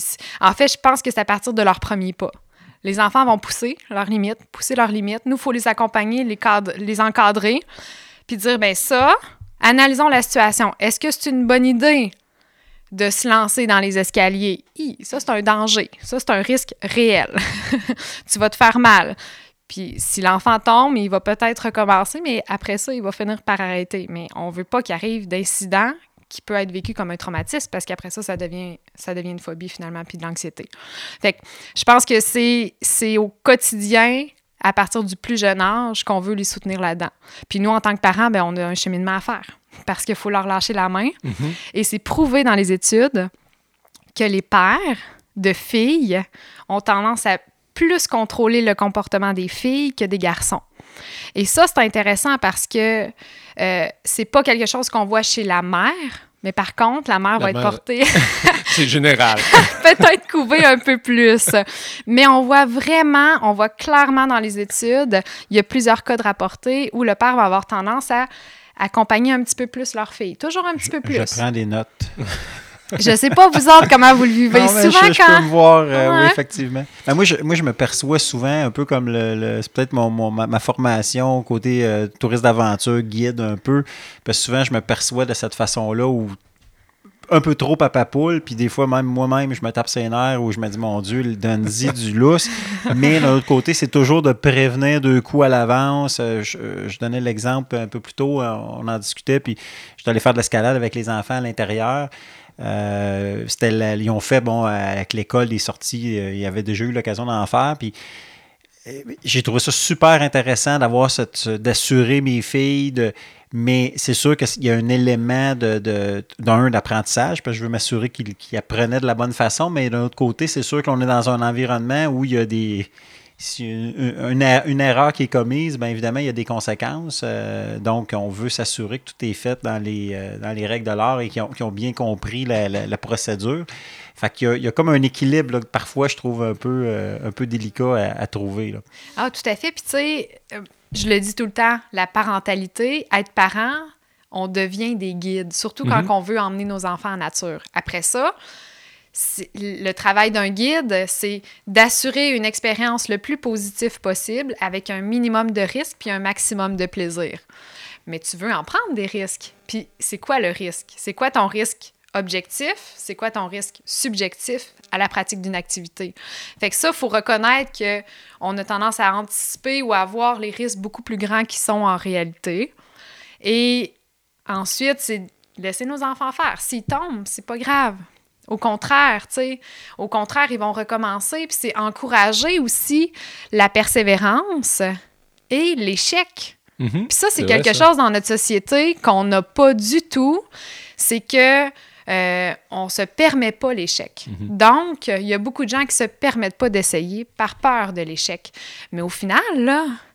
à partir de leur premier pas. Les enfants vont pousser leurs limites. Nous, il faut les accompagner, les encadrer, puis dire, bien ça, analysons la situation. Est-ce que c'est une bonne idée de se lancer dans les escaliers? Ça, c'est un danger. Ça, c'est un risque réel. Tu vas te faire mal. Puis si l'enfant tombe, il va peut-être recommencer, mais après ça, il va finir par arrêter. Mais on ne veut pas qu'il arrive d'incidents qui peut être vécu comme un traumatisme parce qu'après ça devient une phobie finalement, puis de l'anxiété. Fait que je pense que c'est au quotidien, à partir du plus jeune âge, qu'on veut les soutenir là-dedans. Puis nous, en tant que parents, bien, on a un cheminement à faire parce qu'il faut leur lâcher la main. Mm-hmm. Et c'est prouvé dans les études que les pères de filles ont tendance à plus contrôler le comportement des filles que des garçons. Et ça, c'est intéressant parce que c'est pas quelque chose qu'on voit chez la mère, mais par contre, la mère va être portée... c'est général. Peut-être couver un peu plus. Mais on voit clairement dans les études, il y a plusieurs cas de rapportés où le père va avoir tendance à accompagner un petit peu plus leur fille. Toujours un petit peu plus. Je prends des notes. Je sais pas, vous autres, comment vous le vivez. Non, souvent, je peux me voir, oui, effectivement. Ben, moi, je me perçois souvent un peu comme c'est peut-être ma formation côté touriste d'aventure, guide un peu. Parce que souvent, je me perçois de cette façon-là où un peu trop papa poule, puis des fois, même moi-même, je me tape ses nerfs où je me dis, mon Dieu, donne-y du lousse. Mais d'un autre côté, c'est toujours de prévenir 2 coups à l'avance. Je donnais l'exemple un peu plus tôt, on en discutait, puis j'étais allé faire de l'escalade avec les enfants à l'intérieur. Ils ont fait, avec l'école des sorties, il y avait déjà eu l'occasion d'en faire, puis j'ai trouvé ça super intéressant d'assurer mes filles, mais c'est sûr qu'il y a un élément d'apprentissage, parce que je veux m'assurer qu'ils apprenaient de la bonne façon, mais d'un autre côté, c'est sûr qu'on est dans un environnement où il y a une erreur qui est commise, bien évidemment, il y a des conséquences. Donc, on veut s'assurer que tout est fait dans les règles de l'art et qu'ils ont bien compris la procédure. Fait qu'il y a comme un équilibre là, que parfois, je trouve un peu délicat à trouver. Là. Ah, tout à fait. Puis, tu sais, je le dis tout le temps, la parentalité, être parent, on devient des guides, surtout quand on veut emmener nos enfants en nature. Après ça, le travail d'un guide, c'est d'assurer une expérience le plus positive possible avec un minimum de risques puis un maximum de plaisir. Mais tu veux en prendre des risques. Puis c'est quoi le risque? C'est quoi ton risque objectif? C'est quoi ton risque subjectif à la pratique d'une activité? Fait que ça, il faut reconnaître qu'on a tendance à anticiper ou à voir les risques beaucoup plus grands qui sont en réalité. Et ensuite, c'est laisser nos enfants faire. S'ils tombent, c'est pas grave. Au contraire, ils vont recommencer. Puis c'est encourager aussi la persévérance et l'échec. Puis ça, c'est quelque chose dans notre société qu'on n'a pas du tout. C'est que on se permet pas l'échec. Donc, il y a beaucoup de gens qui se permettent pas d'essayer par peur de l'échec. Mais au final, là,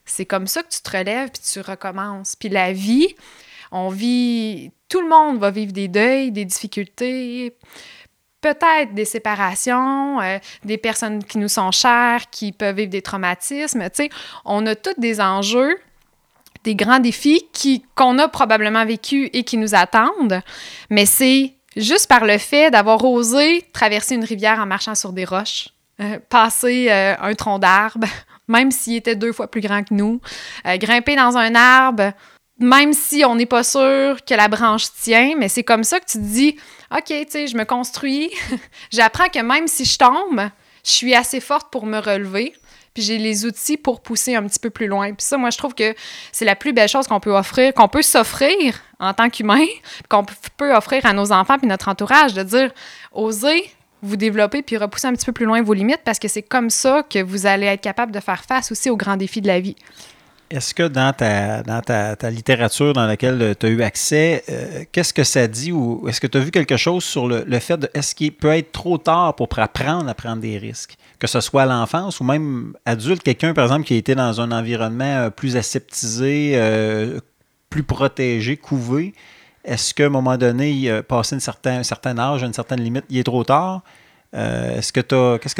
c'est comme ça que tu te relèves puis tu recommences. Puis la vie, tout le monde va vivre des deuils, des difficultés, peut-être des séparations, des personnes qui nous sont chères, qui peuvent vivre des traumatismes. Tu sais, on a tous des enjeux, des grands défis qu'on a probablement vécu et qui nous attendent, mais c'est juste par le fait d'avoir osé traverser une rivière en marchant sur des roches, passer un tronc d'arbre, même s'il était 2 fois plus grand que nous, grimper dans un arbre, même si on n'est pas sûr que la branche tient, mais c'est comme ça que tu te dis, OK, tu sais, je me construis, j'apprends que même si je tombe, je suis assez forte pour me relever, puis j'ai les outils pour pousser un petit peu plus loin. Puis ça, moi, je trouve que c'est la plus belle chose qu'on peut offrir, qu'on peut s'offrir en tant qu'humain, qu'on peut offrir à nos enfants puis notre entourage, de dire, osez vous développer puis repousser un petit peu plus loin vos limites, parce que c'est comme ça que vous allez être capable de faire face aussi aux grands défis de la vie. Est-ce que dans ta littérature dans laquelle tu as eu accès, qu'est-ce que ça dit, ou est-ce que tu as vu quelque chose sur le fait de est-ce qu'il peut être trop tard pour apprendre à prendre des risques? Que ce soit à l'enfance ou même adulte, quelqu'un par exemple qui a été dans un environnement plus aseptisé, plus protégé, couvé, est-ce qu'à un moment donné, passé un certain âge, une certaine limite, il est trop tard? Qu'est-ce que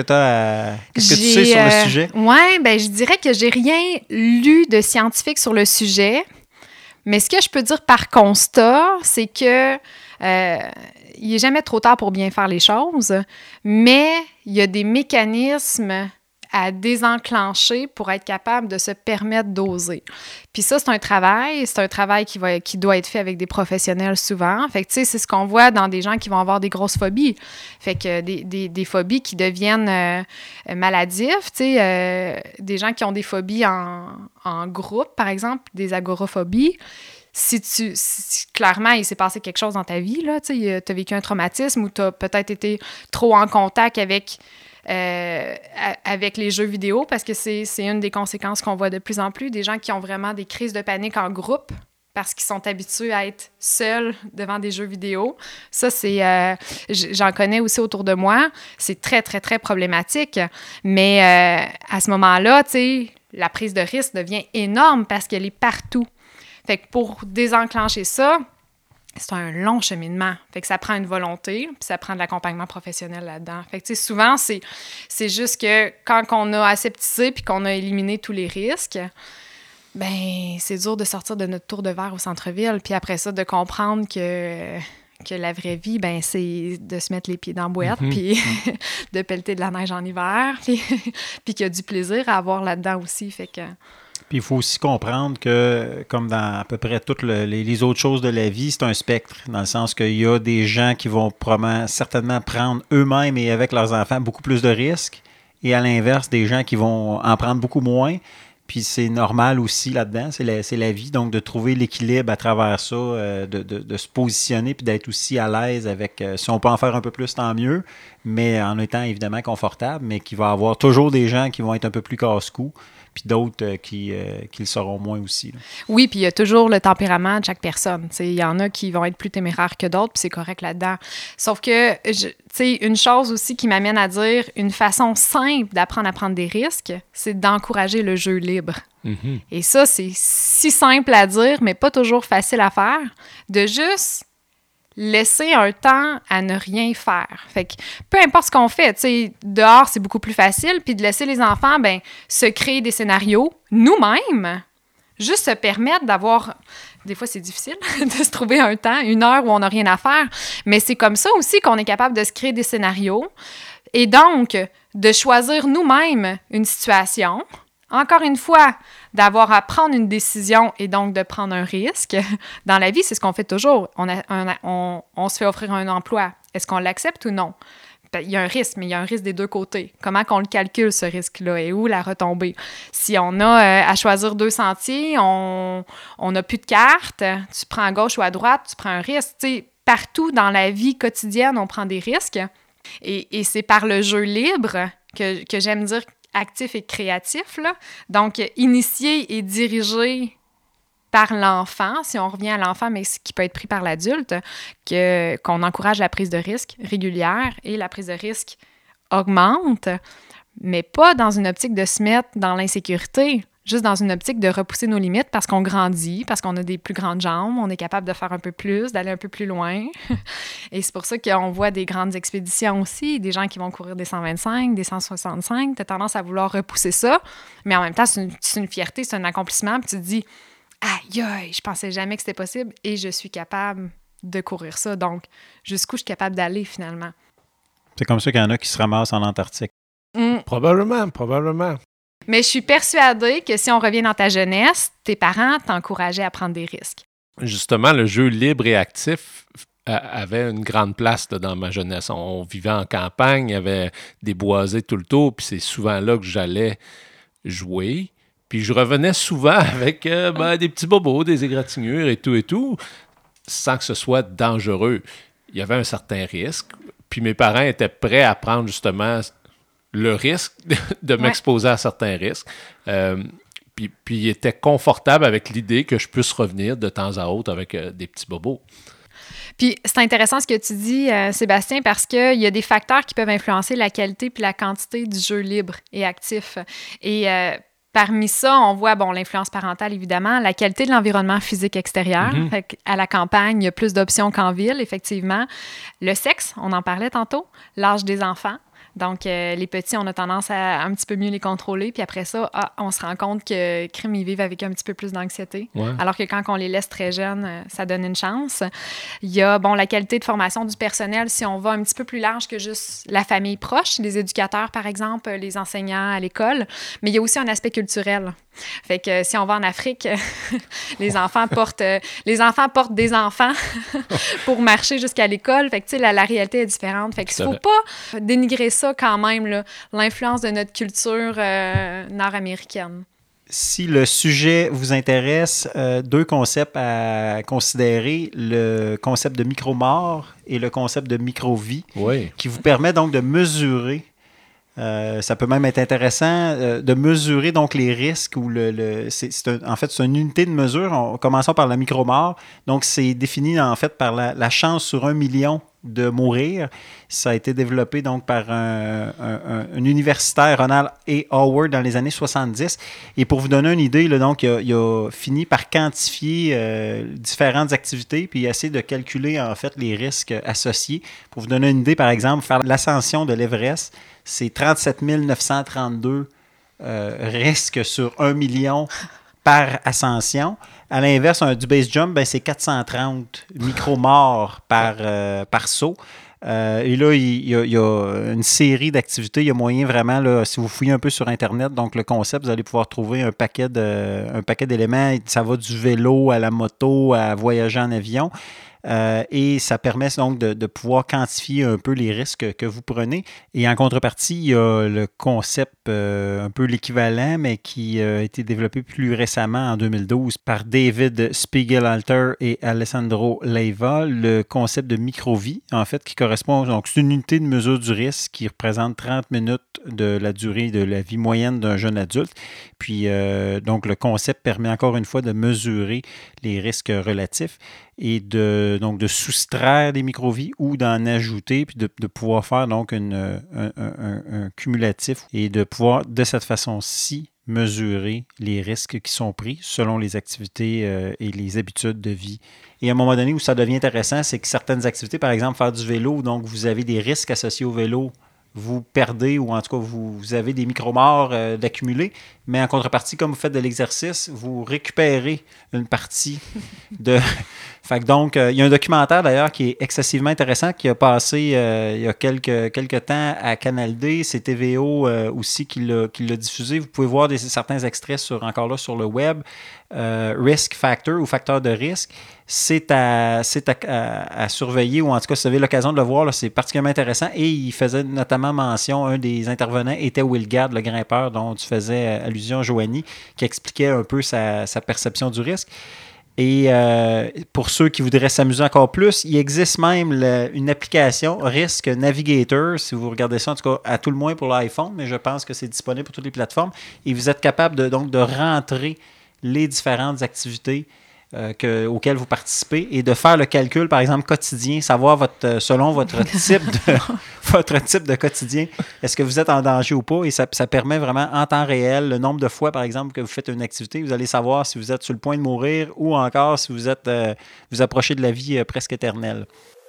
tu sais sur le sujet? Oui, ben je dirais que j'ai rien lu de scientifique sur le sujet, mais ce que je peux dire par constat, c'est que il n'est jamais trop tard pour bien faire les choses, mais il y a des mécanismes à désenclencher pour être capable de se permettre d'oser. Puis ça, c'est un travail qui doit être fait avec des professionnels souvent. Fait que, tu sais, c'est ce qu'on voit dans des gens qui vont avoir des grosses phobies. Fait que des phobies qui deviennent maladifs, tu sais, des gens qui ont des phobies en groupe, par exemple, des agoraphobies. Si clairement, il s'est passé quelque chose dans ta vie, là, tu sais, tu as vécu un traumatisme ou tu as peut-être été trop en contact avec les jeux vidéo, parce que c'est une des conséquences qu'on voit de plus en plus, des gens qui ont vraiment des crises de panique en groupe parce qu'ils sont habitués à être seuls devant des jeux vidéo. Ça, j'en connais aussi autour de moi. C'est très, très, très problématique. Mais à ce moment-là, tu sais, la prise de risque devient énorme parce qu'elle est partout. Fait que pour désenclencher ça, c'est un long cheminement. Fait que ça prend une volonté, puis ça prend de l'accompagnement professionnel là-dedans. Fait que, tu sais, souvent, c'est juste que quand on a aseptisé puis qu'on a éliminé tous les risques, ben c'est dur de sortir de notre tour de verre au centre-ville, puis après ça, de comprendre que la vraie vie, ben c'est de se mettre les pieds dans la boîte, puis de pelleter de la neige en hiver, puis qu'il y a du plaisir à avoir là-dedans aussi. Fait que... Puis il faut aussi comprendre que, comme dans à peu près toutes les autres choses de la vie, c'est un spectre, dans le sens qu'il y a des gens qui vont certainement prendre eux-mêmes et avec leurs enfants beaucoup plus de risques, et à l'inverse, des gens qui vont en prendre beaucoup moins. Puis c'est normal aussi là-dedans, c'est la vie, donc de trouver l'équilibre à travers ça, de se positionner puis d'être aussi à l'aise avec, si on peut en faire un peu plus, tant mieux, mais en étant évidemment confortable, mais qu'il va y avoir toujours des gens qui vont être un peu plus casse-cou, puis d'autres qui le seront moins aussi. Là. Oui, puis il y a toujours le tempérament de chaque personne. Il y en a qui vont être plus téméraires que d'autres, puis c'est correct là-dedans. Sauf que, une chose aussi qui m'amène à dire, une façon simple d'apprendre à prendre des risques, c'est d'encourager le jeu libre. Mm-hmm. Et ça, c'est si simple à dire, mais pas toujours facile à faire, de juste laisser un temps à ne rien faire. Fait que peu importe ce qu'on fait, tu sais, dehors, c'est beaucoup plus facile, puis de laisser les enfants, ben, se créer des scénarios nous-mêmes, juste se permettre d'avoir... Des fois, c'est difficile de se trouver un temps, 1 heure où on n'a rien à faire, mais c'est comme ça aussi qu'on est capable de se créer des scénarios et donc de choisir nous-mêmes une situation. Encore une fois, d'avoir à prendre une décision et donc de prendre un risque. Dans la vie, c'est ce qu'on fait toujours. On se fait offrir un emploi. Est-ce qu'on l'accepte ou non? Il y a un risque, mais il y a un risque des deux côtés. Comment qu'on le calcule, ce risque-là? Et où la retombée? Si on a à choisir 2 sentiers, on n'a plus de carte, tu prends à gauche ou à droite, tu prends un risque. Tu sais, partout dans la vie quotidienne, on prend des risques. Et c'est par le jeu libre que j'aime dire actif et créatif, là. Donc, initié et dirigé par l'enfant, si on revient à l'enfant, mais ce qui peut être pris par l'adulte, qu'on encourage la prise de risque régulière et la prise de risque augmente, mais pas dans une optique de se mettre dans l'insécurité. juste dans une optique de repousser nos limites parce qu'on grandit, parce qu'on a des plus grandes jambes, on est capable de faire un peu plus, d'aller un peu plus loin. Et c'est pour ça qu'on voit des grandes expéditions aussi, des gens qui vont courir des 125, des 165. Tu as tendance à vouloir repousser ça, mais en même temps, c'est une fierté, c'est un accomplissement. Puis tu te dis, aïe, aïe, je pensais jamais que c'était possible et je suis capable de courir ça. Donc, jusqu'où je suis capable d'aller finalement. C'est comme ça qu'il y en a qui se ramassent en Antarctique. Probablement. Mais je suis persuadée que si on revient dans ta jeunesse, tes parents t'encourageaient à prendre des risques. Justement, le jeu libre et actif avait une grande place là, dans ma jeunesse. On vivait en campagne, il y avait des boisés tout le tour, puis c'est souvent là que j'allais jouer. Puis je revenais souvent avec des petits bobos, des égratignures et tout, sans que ce soit dangereux. Il y avait un certain risque. Puis mes parents étaient prêts à prendre justement le risque de m'exposer à certains risques. Puis ils étaient confortables avec l'idée que je puisse revenir de temps à autre avec des petits bobos. Puis c'est intéressant ce que tu dis, Sébastien, parce qu'il y a des facteurs qui peuvent influencer la qualité puis la quantité du jeu libre et actif. Et parmi ça, on voit l'influence parentale, évidemment, la qualité de l'environnement physique extérieur. Fait à la campagne, il y a plus d'options qu'en ville, effectivement. Le sexe, on en parlait tantôt, l'âge des enfants. Donc, les petits, on a tendance à un petit peu mieux les contrôler. Puis après ça, on se rend compte que crime, ils vivent avec un petit peu plus d'anxiété. Ouais. Alors que quand on les laisse très jeunes, ça donne une chance. Il y a, la qualité de formation du personnel, si on va un petit peu plus large que juste la famille proche, les éducateurs, par exemple, les enseignants à l'école. Mais il y a aussi un aspect culturel. Fait que si on va en Afrique, les enfants portent des enfants pour marcher jusqu'à l'école. Fait que, tu sais, la réalité est différente. Fait qu'il ne faut pas dénigrer ça quand même, là, l'influence de notre culture nord-américaine. Si le sujet vous intéresse, deux concepts à considérer, le concept de micro-mort et le concept de micro-vie, qui vous permet donc de mesurer. Ça peut même être intéressant de mesurer donc les risques ou en fait, c'est une unité de mesure. Commençons par la micro-mort. Donc, c'est défini en fait par la chance sur 1 million de mourir. Ça a été développé donc par un universitaire, Ronald A. Howard, dans les années 70. Et pour vous donner une idée, là, donc, il a fini par quantifier différentes activités puis essayer de calculer en fait les risques associés. Pour vous donner une idée, par exemple, faire l'ascension de l'Everest, c'est 37 932 risques sur 1 million par ascension. À l'inverse, du base jump, c'est 430 micro-morts par saut. Et là, il y a une série d'activités. Il y a moyen vraiment, là, si vous fouillez un peu sur Internet, donc le concept, vous allez pouvoir trouver un paquet d'éléments. Ça va du vélo à la moto, à voyager en avion. Et ça permet donc de pouvoir quantifier un peu les risques que vous prenez. Et en contrepartie, il y a le concept un peu l'équivalent, mais qui a été développé plus récemment en 2012 par David Spiegelalter et Alessandro Leiva, le concept de micro-vie, en fait, qui correspond, donc c'est une unité de mesure du risque qui représente 30 minutes de la durée de la vie moyenne d'un jeune adulte. Puis, donc, le concept permet encore une fois de mesurer les risques relatifs et de soustraire des micro-vies ou d'en ajouter, puis de pouvoir faire donc un cumulatif et de pouvoir, de cette façon-ci, mesurer les risques qui sont pris selon les activités et les habitudes de vie. Et à un moment donné où ça devient intéressant, c'est que certaines activités, par exemple, faire du vélo, donc vous avez des risques associés au vélo, vous perdez ou en tout cas vous avez des micro-morts d'accumuler, mais en contrepartie, comme vous faites de l'exercice, vous récupérez une partie de... Fait que donc, il y a un documentaire d'ailleurs qui est excessivement intéressant qui a passé il y a quelques temps à Canal D, c'est TVO aussi qui l'a diffusé. Vous pouvez voir certains extraits sur le web. Risk Factor ou facteur de risque, c'est à surveiller, ou en tout cas, si vous avez l'occasion de le voir, là, c'est particulièrement intéressant. Et il faisait notamment mention, un des intervenants était Will Gadd, le grimpeur dont tu faisais allusion, Joanie, qui expliquait un peu sa perception du risque. Et pour ceux qui voudraient s'amuser encore plus, il existe même une application Risk Navigator, si vous regardez ça, en tout cas à tout le moins pour l'iPhone, mais je pense que c'est disponible pour toutes les plateformes. Et vous êtes capable de rentrer les différentes activités auquel vous participez et de faire le calcul, par exemple, quotidien, savoir selon votre type de quotidien, est-ce que vous êtes en danger ou pas? Et ça permet vraiment, en temps réel, le nombre de fois, par exemple, que vous faites une activité, vous allez savoir si vous êtes sur le point de mourir ou encore si vous vous approchez de la vie presque éternelle.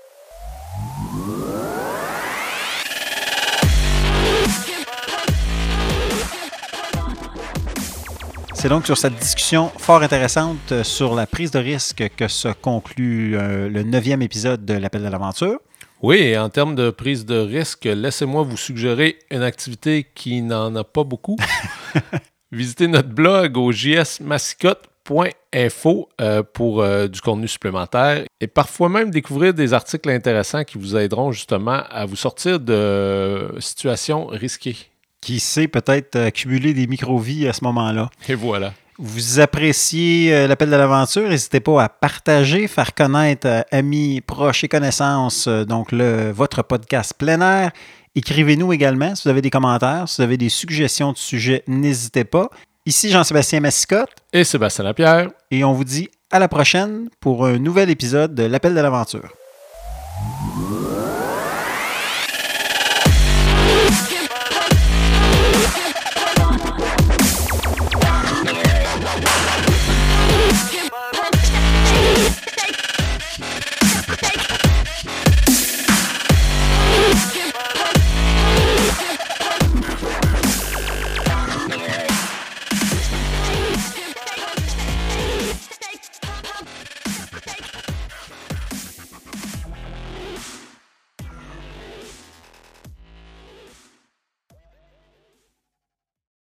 C'est donc sur cette discussion fort intéressante sur la prise de risque que se conclut le 9e épisode de l'Appel de l'aventure. Oui, et en termes de prise de risque, laissez-moi vous suggérer une activité qui n'en a pas beaucoup. Visitez notre blog au jsmascotte.info pour du contenu supplémentaire et parfois même découvrir des articles intéressants qui vous aideront justement à vous sortir de situations risquées. Qui sait peut-être cumuler des micro-vies à ce moment-là. Et voilà. Vous appréciez l'appel de l'aventure, n'hésitez pas à partager, faire connaître amis, proches et connaissances votre podcast plein air. Écrivez-nous également si vous avez des commentaires, si vous avez des suggestions de sujets, n'hésitez pas. Ici Jean-Sébastien Mascotte et Sébastien Lapierre. Et on vous dit à la prochaine pour un nouvel épisode de l'Appel de l'aventure.